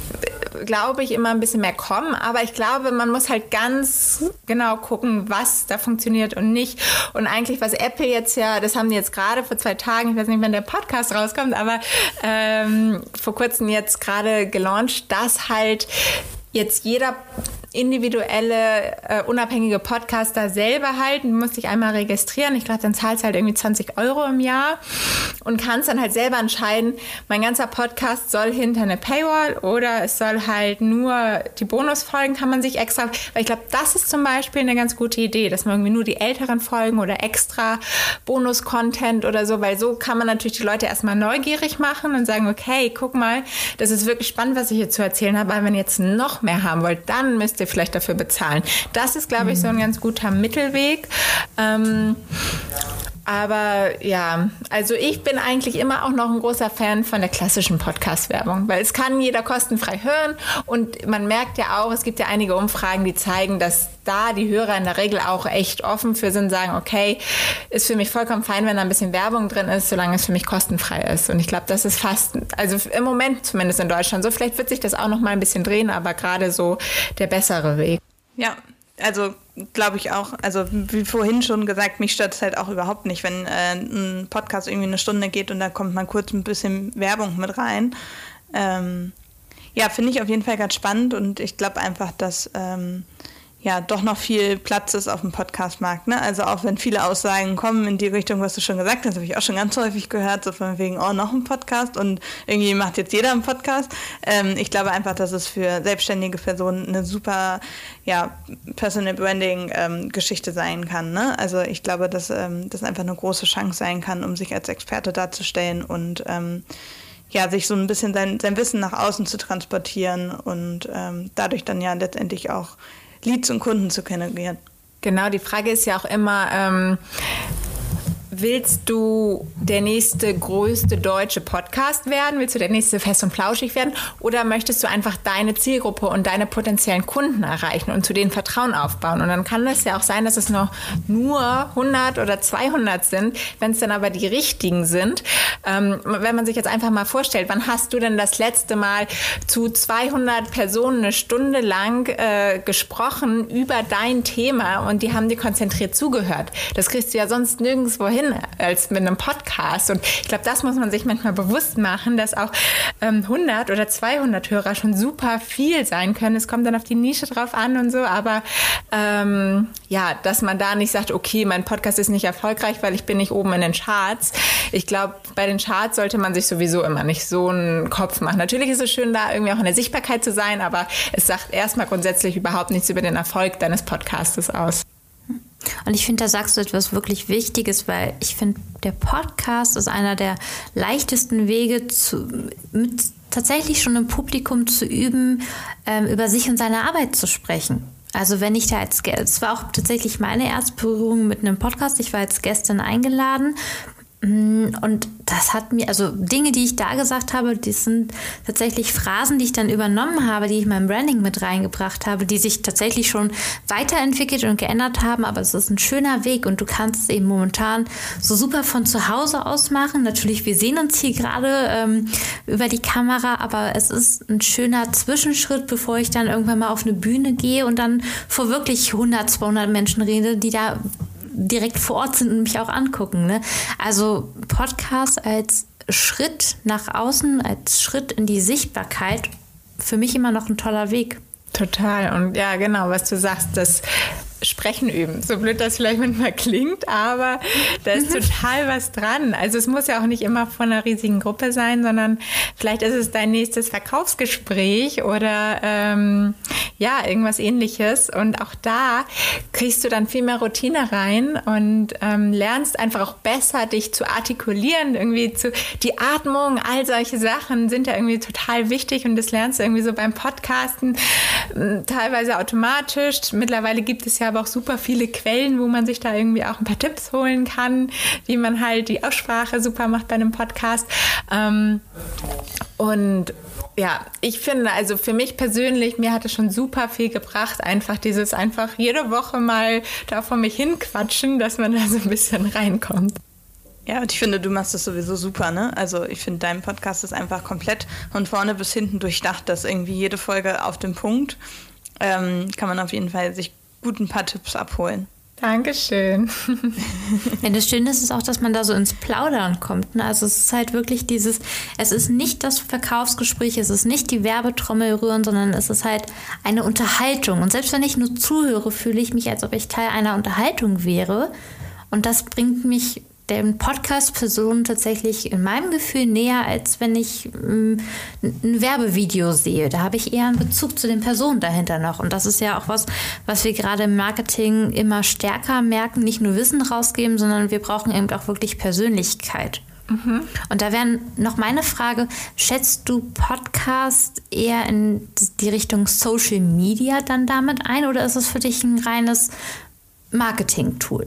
glaube ich, immer ein bisschen mehr kommen. Aber ich glaube, man muss halt ganz genau gucken, was da funktioniert und nicht. Und eigentlich, was Apple jetzt ja, das haben die jetzt gerade vor zwei Tagen, ich weiß nicht, wann der Podcast rauskommt, aber ähm, vor kurzem jetzt gerade gelauncht, dass halt jetzt jeder individuelle, äh, unabhängige Podcaster selber halt, du musst dich einmal registrieren. Ich glaube, dann zahlst du halt irgendwie zwanzig Euro im Jahr und kannst dann halt selber entscheiden, mein ganzer Podcast soll hinter eine Paywall oder es soll halt nur die Bonusfolgen kann man sich extra, weil ich glaube, das ist zum Beispiel eine ganz gute Idee, dass man irgendwie nur die älteren Folgen oder extra Bonus-Content oder so, weil so kann man natürlich die Leute erstmal neugierig machen und sagen, okay, guck mal, das ist wirklich spannend, was ich hier zu erzählen habe, weil wenn ihr jetzt noch mehr haben wollt, dann müsst ihr vielleicht dafür bezahlen. Das ist, glaube ich, so ein ganz guter Mittelweg. Ähm, aber ja, also ich bin eigentlich immer auch noch ein großer Fan von der klassischen Podcast-Werbung, weil es kann jeder kostenfrei hören und man merkt ja auch, es gibt ja einige Umfragen, die zeigen, dass da die Hörer in der Regel auch echt offen für sind, sagen, okay, ist für mich vollkommen fein, wenn da ein bisschen Werbung drin ist, solange es für mich kostenfrei ist. Und ich glaube, das ist fast, also im Moment zumindest in Deutschland so, vielleicht wird sich das auch noch mal ein bisschen drehen, aber gerade so der bessere Weg. Ja, also glaube ich auch, also wie vorhin schon gesagt, mich stört es halt auch überhaupt nicht, wenn äh, ein Podcast irgendwie eine Stunde geht und da kommt mal kurz ein bisschen Werbung mit rein. Ähm, ja, finde ich auf jeden Fall ganz spannend und ich glaube einfach, dass ähm, ja doch noch viel Platz ist auf dem Podcast-Markt. Ne? Also auch wenn viele Aussagen kommen in die Richtung, was du schon gesagt hast, habe ich auch schon ganz häufig gehört, so von wegen, oh, noch ein Podcast und irgendwie macht jetzt jeder einen Podcast. Ähm, ich glaube einfach, dass es für selbstständige Personen eine super ja, Personal Branding-Geschichte ähm, sein kann. Ne? Also ich glaube, dass ähm, das einfach eine große Chance sein kann, um sich als Experte darzustellen und ähm, ja, sich so ein bisschen sein, sein Wissen nach außen zu transportieren und ähm, dadurch dann ja letztendlich auch Leads und Kunden zu generieren. Genau, die Frage ist ja auch immer, ähm, willst du der nächste größte deutsche Podcast werden? Willst du der nächste Fest und Flauschig werden? Oder möchtest du einfach deine Zielgruppe und deine potenziellen Kunden erreichen und zu denen Vertrauen aufbauen? Und dann kann es ja auch sein, dass es noch nur hundert oder zweihundert sind, wenn es dann aber die richtigen sind. Ähm, wenn man sich jetzt einfach mal vorstellt, wann hast du denn das letzte Mal zu zweihundert Personen eine Stunde lang äh, gesprochen über dein Thema und die haben dir konzentriert zugehört? Das kriegst du ja sonst nirgendwo hin als mit einem Podcast. Und ich glaube, das muss man sich manchmal bewusst machen, dass auch ähm, hundert oder zweihundert Hörer schon super viel sein können. Es kommt dann auf die Nische drauf an und so, aber ähm, ja, dass man da nicht sagt, okay, mein Podcast ist nicht erfolgreich, weil ich bin nicht oben in den Charts. Ich glaube, bei den Charts sollte man sich sowieso immer nicht so einen Kopf machen. Natürlich ist es schön, da irgendwie auch in der Sichtbarkeit zu sein, aber es sagt erstmal grundsätzlich überhaupt nichts über den Erfolg deines Podcastes aus. Und ich finde, da sagst du etwas wirklich Wichtiges, weil ich finde, der Podcast ist einer der leichtesten Wege, zu, mit tatsächlich schon im Publikum zu üben, ähm, über sich und seine Arbeit zu sprechen. Also wenn ich da als Gästin, es war auch tatsächlich meine erste Berührung mit einem Podcast, ich war als Gästin eingeladen. Und das hat mir, also Dinge, die ich da gesagt habe, die sind tatsächlich Phrasen, die ich dann übernommen habe, die ich in mein Branding mit reingebracht habe, die sich tatsächlich schon weiterentwickelt und geändert haben, aber es ist ein schöner Weg und du kannst es eben momentan so super von zu Hause aus machen. Natürlich, wir sehen uns hier gerade ähm, über die Kamera, aber es ist ein schöner Zwischenschritt, bevor ich dann irgendwann mal auf eine Bühne gehe und dann vor wirklich hundert, zweihundert Menschen rede, die da direkt vor Ort sind und mich auch angucken. Ne? Also Podcast als Schritt nach außen, als Schritt in die Sichtbarkeit, für mich immer noch ein toller Weg. Total. Und ja, genau, was du sagst, das Sprechen üben. So blöd das vielleicht manchmal klingt, aber da ist total was dran. Also es muss ja auch nicht immer von einer riesigen Gruppe sein, sondern vielleicht ist es dein nächstes Verkaufsgespräch oder ähm, ja, irgendwas Ähnliches. Und auch da kriegst du dann viel mehr Routine rein und ähm, lernst einfach auch besser, dich zu artikulieren. Irgendwie zu die Atmung, all solche Sachen sind ja irgendwie total wichtig und das lernst du irgendwie so beim Podcasten teilweise automatisch. Mittlerweile gibt es ja aber auch super viele Quellen, wo man sich da irgendwie auch ein paar Tipps holen kann, wie man halt die Aussprache super macht bei einem Podcast. Ähm, und ja, ich finde, also für mich persönlich, mir hat es schon super viel gebracht, einfach dieses einfach jede Woche mal da vor mich hinquatschen, dass man da so ein bisschen reinkommt. Ja, und ich finde, du machst das sowieso super, ne? Also ich finde, dein Podcast ist einfach komplett von vorne bis hinten durchdacht, dass irgendwie jede Folge auf dem Punkt, ähm, kann man auf jeden Fall sich gut ein paar Tipps abholen. Dankeschön. Ja, das Schöne ist auch, dass man da so ins Plaudern kommt. Ne? Also es ist halt wirklich dieses, es ist nicht das Verkaufsgespräch, es ist nicht die Werbetrommel rühren, sondern es ist halt eine Unterhaltung. Und selbst wenn ich nur zuhöre, fühle ich mich, als ob ich Teil einer Unterhaltung wäre. Und das bringt mich den Podcast-Personen tatsächlich in meinem Gefühl näher, als wenn ich ähm, ein Werbevideo sehe. Da habe ich eher einen Bezug zu den Personen dahinter noch. Und das ist ja auch was, was wir gerade im Marketing immer stärker merken. Nicht nur Wissen rausgeben, sondern wir brauchen eben auch wirklich Persönlichkeit. Mhm. Und da wäre noch meine Frage, schätzt du Podcast eher in die Richtung Social Media dann damit ein oder ist es für dich ein reines Marketing-Tool?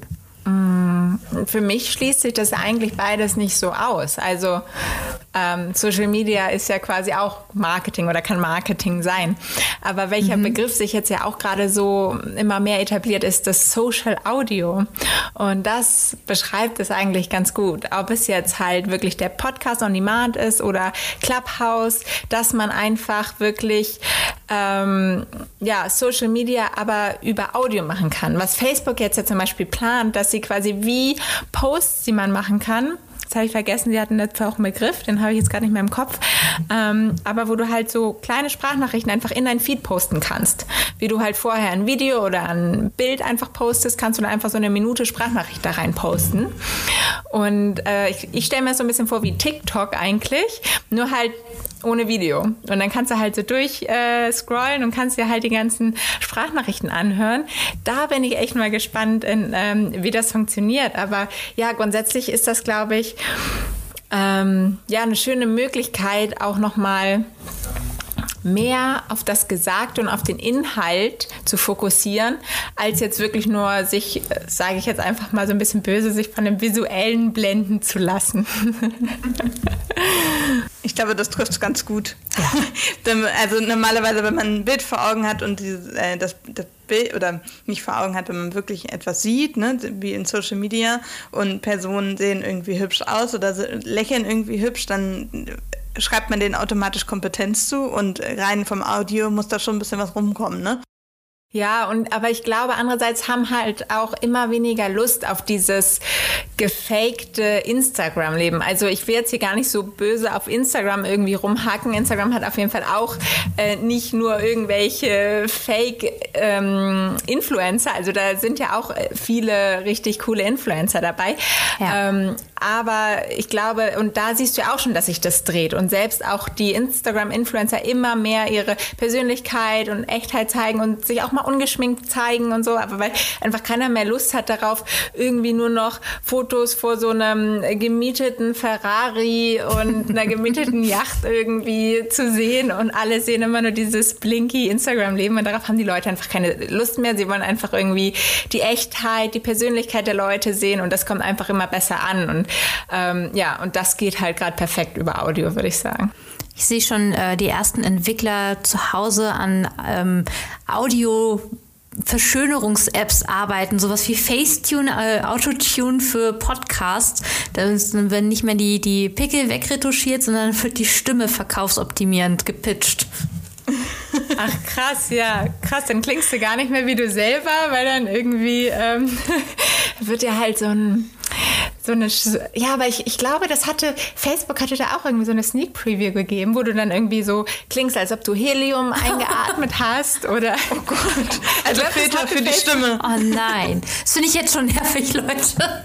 Für mich schließt sich das eigentlich beides nicht so aus. Also ähm, Social Media ist ja quasi auch Marketing oder kann Marketing sein. Aber welcher mhm. Begriff sich jetzt ja auch gerade so immer mehr etabliert, ist das Social Audio. Und das beschreibt es eigentlich ganz gut. Ob es jetzt halt wirklich der Podcast on Demand ist oder Clubhouse, dass man einfach wirklich ähm, ja, Social Media aber über Audio machen kann. Was Facebook jetzt ja zum Beispiel plant, dass sie quasi wie Posts, die man machen kann. Das habe ich vergessen, sie hatten dazu auch einen Begriff, den habe ich jetzt gar nicht mehr im Kopf. Ähm, aber wo du halt so kleine Sprachnachrichten einfach in dein Feed posten kannst. Wie du halt vorher ein Video oder ein Bild einfach postest, kannst du dann einfach so eine Minute Sprachnachricht da rein posten. Und äh, ich, ich stelle mir das so ein bisschen vor wie TikTok eigentlich, nur halt ohne Video. Und dann kannst du halt so durch äh, scrollen und kannst dir halt die ganzen Sprachnachrichten anhören. Da bin ich echt mal gespannt, in, ähm, wie das funktioniert. Aber ja, grundsätzlich ist das, glaube ich, ähm, ja, eine schöne Möglichkeit, auch nochmal mehr auf das Gesagte und auf den Inhalt zu fokussieren, als jetzt wirklich nur sich, sage ich jetzt einfach mal so ein bisschen böse, sich von dem Visuellen blenden zu lassen. Ich glaube, das trifft es ganz gut. Ja. Also normalerweise, wenn man ein Bild vor Augen hat und dieses, äh, das, das Bild, oder nicht vor Augen hat, wenn man wirklich etwas sieht, ne, wie in Social Media, und Personen sehen irgendwie hübsch aus oder lächeln irgendwie hübsch, dann schreibt man denen automatisch Kompetenz zu, und rein vom Audio muss da schon ein bisschen was rumkommen, ne? Ja, und aber ich glaube, andererseits haben halt auch immer weniger Lust auf dieses gefakte Instagram-Leben. Also ich will jetzt hier gar nicht so böse auf Instagram irgendwie rumhacken. Instagram hat auf jeden Fall auch äh, nicht nur irgendwelche Fake-Influencer. Ähm, also da sind ja auch viele richtig coole Influencer dabei. Ja. Ähm, aber ich glaube, und da siehst du ja auch schon, dass sich das dreht. Und selbst auch die Instagram-Influencer immer mehr ihre Persönlichkeit und Echtheit zeigen und sich auch mal ungeschminkt zeigen und so, aber weil einfach keiner mehr Lust hat darauf, irgendwie nur noch Fotos vor so einem gemieteten Ferrari und einer gemieteten Yacht irgendwie zu sehen, und alle sehen immer nur dieses blinky Instagram-Leben, und darauf haben die Leute einfach keine Lust mehr. Sie wollen einfach irgendwie die Echtheit, die Persönlichkeit der Leute sehen, und das kommt einfach immer besser an, und ähm, ja, und das geht halt gerade perfekt über Audio, würde ich sagen. Ich sehe schon äh, die ersten Entwickler zu Hause an ähm, Audio-Verschönerungs-Apps arbeiten, sowas wie Facetune, äh, Autotune für Podcasts. Da werden nicht mehr die, die Pickel wegretuschiert, sondern wird die Stimme verkaufsoptimierend gepitcht. Ach krass, ja, krass, dann klingst du gar nicht mehr wie du selber, weil dann irgendwie ähm, wird ja halt so ein so eine, ja, aber ich, ich glaube, das hatte, Facebook hatte da auch irgendwie so eine Sneak Preview gegeben, wo du dann irgendwie so klingst, als ob du Helium eingeatmet hast, oder? Oh Gott, also glaub, Filter für die Stimme. Oh nein, das finde ich jetzt schon nervig, Leute.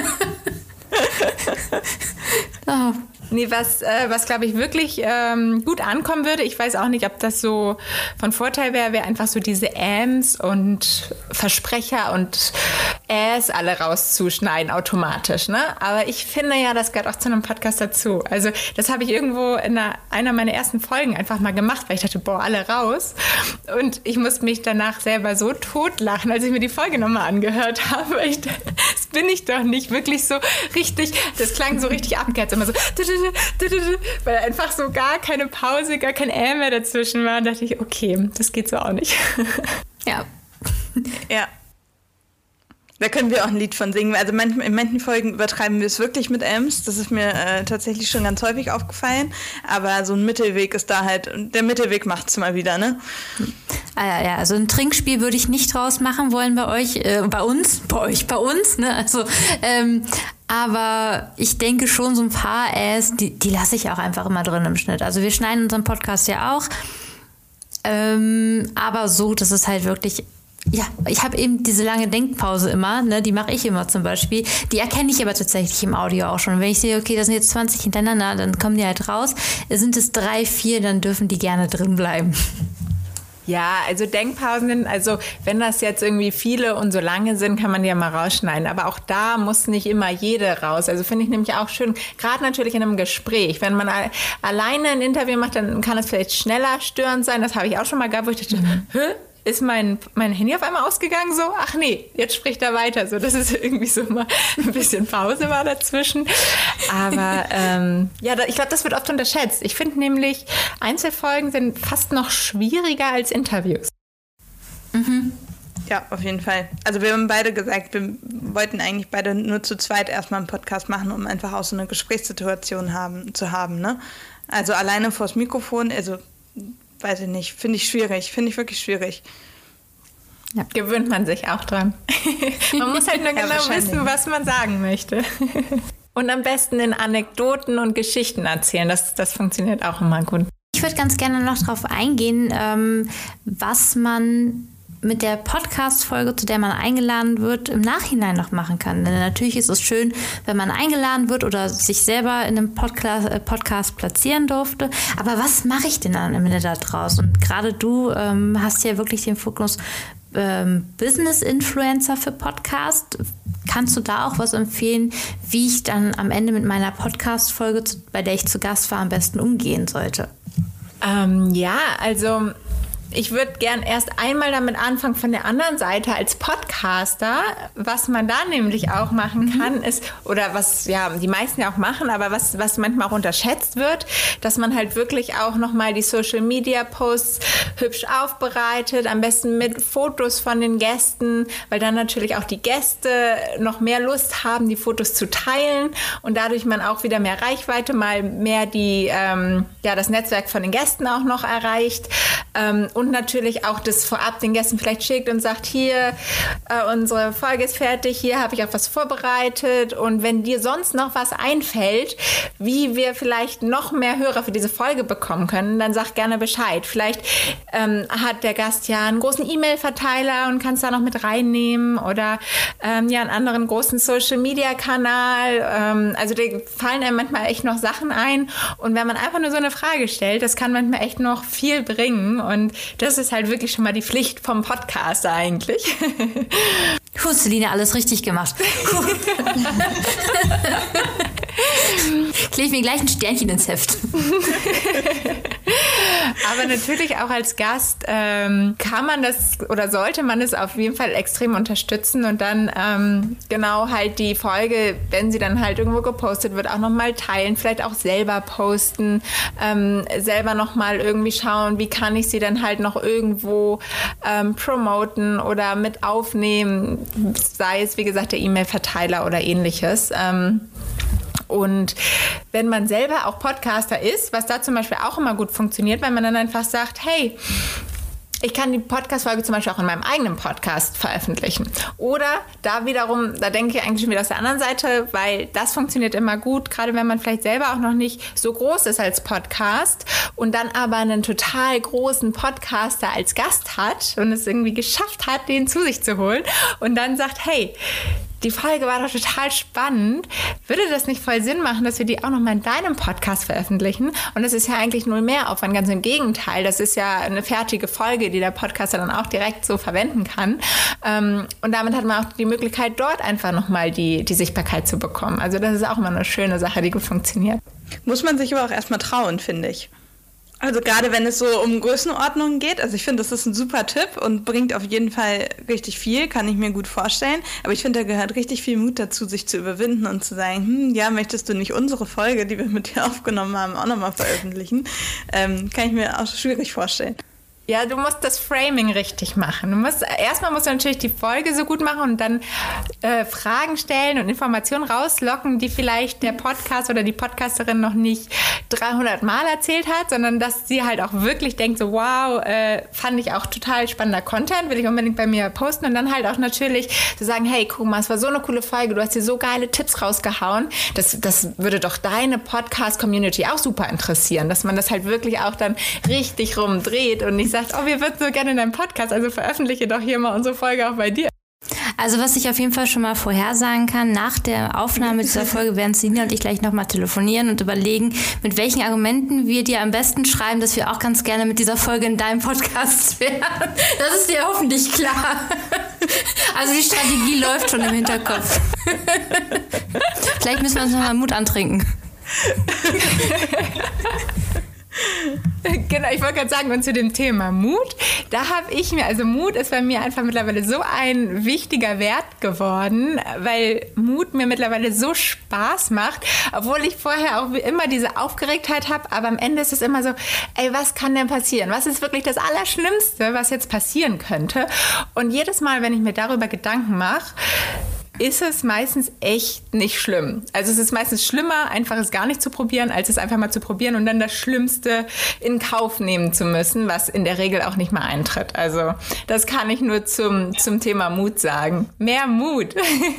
Oh. Nee, was, äh, was glaube ich wirklich ähm, gut ankommen würde, ich weiß auch nicht, ob das so von Vorteil wäre, wäre einfach so diese Äms und Versprecher und Äs alle rauszuschneiden automatisch, ne? Aber ich finde ja, das gehört auch zu einem Podcast dazu. Also das habe ich irgendwo in einer, einer meiner ersten Folgen einfach mal gemacht, weil ich dachte, boah, alle raus. Und ich musste mich danach selber so totlachen, als ich mir die Folge nochmal angehört habe. Ich, das bin ich doch nicht wirklich so richtig, das klang so richtig abgehärzt, immer so, weil einfach so gar keine Pause, gar kein Ä mehr dazwischen war. Und dachte ich, okay, das geht so auch nicht. Ja. Ja. Da können wir auch ein Lied von singen. Also in manchen Folgen übertreiben wir es wirklich mit Ems. Das ist mir äh, tatsächlich schon ganz häufig aufgefallen. Aber so ein Mittelweg ist da halt, der Mittelweg macht es mal wieder, ne? Ah, ja, ja, also ein Trinkspiel würde ich nicht draus machen wollen bei euch, äh, bei uns, bei euch, bei uns, ne? Also, ähm, aber ich denke schon, so ein paar Äs, die, die lasse ich auch einfach immer drin im Schnitt. Also wir schneiden unseren Podcast ja auch. Ähm, aber so, das ist halt wirklich, ja, ich habe eben diese lange Denkpause immer, ne, die mache ich immer zum Beispiel. Die erkenne ich aber tatsächlich im Audio auch schon. Und wenn ich sehe, okay, das sind jetzt zwanzig hintereinander, dann kommen die halt raus. Sind es drei, vier, dann dürfen die gerne drin bleiben. Ja, also Denkpausen sind, also wenn das jetzt irgendwie viele und so lange sind, kann man die ja mal rausschneiden. Aber auch da muss nicht immer jede raus. Also finde ich nämlich auch schön, gerade natürlich in einem Gespräch. Wenn man a- alleine ein Interview macht, dann kann es vielleicht schneller störend sein. Das habe ich auch schon mal gehabt, wo ich dachte, mhm. hä? Ist mein, mein Handy auf einmal ausgegangen so? Ach nee, jetzt spricht er weiter. So, das ist irgendwie so mal ein bisschen Pause war dazwischen. Aber ähm, ja, da, ich glaube, das wird oft unterschätzt. Ich finde nämlich, Einzelfolgen sind fast noch schwieriger als Interviews. Mhm. Ja, auf jeden Fall. Also wir haben beide gesagt, wir wollten eigentlich beide nur zu zweit erstmal einen Podcast machen, um einfach auch so eine Gesprächssituation haben, zu haben, ne? Also alleine vors Mikrofon, also weiß ich nicht, finde ich schwierig, finde ich wirklich schwierig. Ja. Gewöhnt man sich auch dran. Man muss halt nur genau ja, wissen, was man sagen möchte. Und am besten in Anekdoten und Geschichten erzählen, das, das funktioniert auch immer gut. Ich würde ganz gerne noch darauf eingehen, ähm, was man mit der Podcast-Folge, zu der man eingeladen wird, im Nachhinein noch machen kann. Denn natürlich ist es schön, wenn man eingeladen wird oder sich selber in einem Podcast, äh, Podcast platzieren durfte. Aber was mache ich denn dann am Ende da draus? Und gerade du ähm, hast ja wirklich den Fokus ähm, Business-Influencer für Podcast. Kannst du da auch was empfehlen, wie ich dann am Ende mit meiner Podcast-Folge, bei der ich zu Gast war, am besten umgehen sollte? Ähm, ja, also ich würde gern erst einmal damit anfangen von der anderen Seite als Podcaster. Was man da nämlich auch machen kann, ist, oder was ja die meisten ja auch machen, aber was, was manchmal auch unterschätzt wird, dass man halt wirklich auch nochmal die Social-Media-Posts hübsch aufbereitet, am besten mit Fotos von den Gästen, weil dann natürlich auch die Gäste noch mehr Lust haben, die Fotos zu teilen und dadurch man auch wieder mehr Reichweite, mal mehr die, ähm, ja, das Netzwerk von den Gästen auch noch erreicht. Ähm, und natürlich auch das vorab den Gästen vielleicht schickt und sagt, hier, äh, unsere Folge ist fertig, hier habe ich auch was vorbereitet und wenn dir sonst noch was einfällt, wie wir vielleicht noch mehr Hörer für diese Folge bekommen können, dann sag gerne Bescheid. Vielleicht ähm, hat der Gast ja einen großen E-Mail-Verteiler und kannst da noch mit reinnehmen oder ähm, ja einen anderen großen Social-Media-Kanal. Ähm, also da fallen einem manchmal echt noch Sachen ein und wenn man einfach nur so eine Frage stellt, das kann manchmal echt noch viel bringen und das ist halt wirklich schon mal die Pflicht vom Podcaster eigentlich. Puh, Selina, alles richtig gemacht. Klebe ich mir gleich ein Sternchen ins Heft. Aber natürlich auch als Gast ähm, kann man das oder sollte man es auf jeden Fall extrem unterstützen und dann ähm, genau halt die Folge, wenn sie dann halt irgendwo gepostet wird, auch nochmal teilen, vielleicht auch selber posten, ähm, selber nochmal irgendwie schauen, wie kann ich sie dann halt noch irgendwo ähm, promoten oder mit aufnehmen, sei es wie gesagt der E-Mail-Verteiler oder ähnliches. Ähm, Und wenn man selber auch Podcaster ist, was da zum Beispiel auch immer gut funktioniert, weil man dann einfach sagt, hey, ich kann die Podcast-Folge zum Beispiel auch in meinem eigenen Podcast veröffentlichen. Oder da wiederum, da denke ich eigentlich schon wieder aus der anderen Seite, weil das funktioniert immer gut, gerade wenn man vielleicht selber auch noch nicht so groß ist als Podcast und dann aber einen total großen Podcaster als Gast hat und es irgendwie geschafft hat, den zu sich zu holen und dann sagt, hey, die Folge war doch total spannend. Würde das nicht voll Sinn machen, dass wir die auch noch mal in deinem Podcast veröffentlichen? Und das ist ja eigentlich null Mehraufwand, ganz im Gegenteil. Das ist ja eine fertige Folge, die der Podcaster dann auch direkt so verwenden kann. Und damit hat man auch die Möglichkeit, dort einfach noch mal die, die Sichtbarkeit zu bekommen. Also das ist auch immer eine schöne Sache, die gut funktioniert. Muss man sich aber auch erstmal trauen, finde ich. Also gerade wenn es so um Größenordnungen geht, also ich finde, das ist ein super Tipp und bringt auf jeden Fall richtig viel, kann ich mir gut vorstellen. Aber ich finde, da gehört richtig viel Mut dazu, sich zu überwinden und zu sagen, hm, ja, möchtest du nicht unsere Folge, die wir mit dir aufgenommen haben, auch nochmal veröffentlichen? Ähm, kann ich mir auch schwierig vorstellen. Ja, du musst das Framing richtig machen. Du musst, erstmal musst du natürlich die Folge so gut machen und dann äh, Fragen stellen und Informationen rauslocken, die vielleicht der Podcast oder die Podcasterin noch nicht dreihundert Mal erzählt hat, sondern dass sie halt auch wirklich denkt, so wow, äh, fand ich auch total spannender Content, will ich unbedingt bei mir posten und dann halt auch natürlich zu sagen, hey, guck mal, es war so eine coole Folge, du hast hier so geile Tipps rausgehauen, das, das würde doch deine Podcast-Community auch super interessieren, dass man das halt wirklich auch dann richtig rumdreht und nicht sagt, oh, wir würden so gerne in deinem Podcast, also veröffentliche doch hier mal unsere Folge auch bei dir. Also was ich auf jeden Fall schon mal vorhersagen kann, nach der Aufnahme dieser Folge werden Selina und ich gleich nochmal telefonieren und überlegen, mit welchen Argumenten wir dir am besten schreiben, dass wir auch ganz gerne mit dieser Folge in deinem Podcast wären. Das ist dir hoffentlich klar. Also die Strategie läuft schon im Hinterkopf. Vielleicht müssen wir uns nochmal Mut antrinken. Genau, ich wollte gerade sagen, und zu dem Thema Mut, da habe ich mir, also Mut ist bei mir einfach mittlerweile so ein wichtiger Wert geworden, weil Mut mir mittlerweile so Spaß macht, obwohl ich vorher auch immer diese Aufgeregtheit habe, aber am Ende ist es immer so, ey, was kann denn passieren? Was ist wirklich das Allerschlimmste, was jetzt passieren könnte? Und jedes Mal, wenn ich mir darüber Gedanken mache, ist es meistens echt nicht schlimm. Also es ist meistens schlimmer, einfach es gar nicht zu probieren, als es einfach mal zu probieren und dann das Schlimmste in Kauf nehmen zu müssen, was in der Regel auch nicht mal eintritt. Also das kann ich nur zum, zum Thema Mut sagen. Mehr Mut.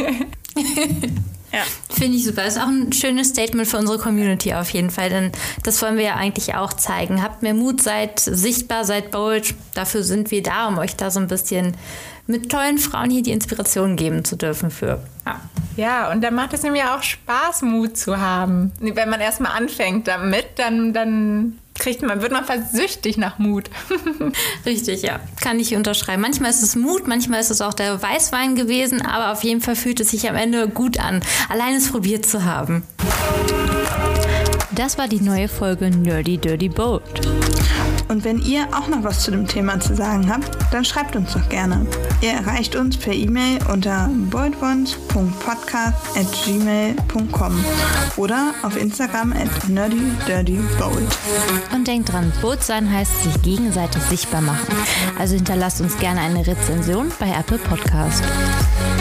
Ja. Finde ich super. Das ist auch ein schönes Statement für unsere Community auf jeden Fall, denn das wollen wir ja eigentlich auch zeigen. Habt mehr Mut, seid sichtbar, seid bold. Dafür sind wir da, um euch da so ein bisschen mit tollen Frauen hier die Inspiration geben zu dürfen für. Ja, ja, und dann macht es nämlich auch Spaß, Mut zu haben. Wenn man erstmal anfängt damit, dann, dann kriegt man, wird man fast süchtig nach Mut. Richtig, ja. Kann ich unterschreiben. Manchmal ist es Mut, manchmal ist es auch der Weißwein gewesen, aber auf jeden Fall fühlt es sich am Ende gut an, allein es probiert zu haben. Das war die neue Folge Nerdy Dirty Bold. Und wenn ihr auch noch was zu dem Thema zu sagen habt, dann schreibt uns doch gerne. Ihr erreicht uns per E-Mail unter boldones punkt podcast at gmail punkt com oder auf Instagram at nerdydirtybold. Und denkt dran, Bold sein heißt sich gegenseitig sichtbar machen. Also hinterlasst uns gerne eine Rezension bei Apple Podcast.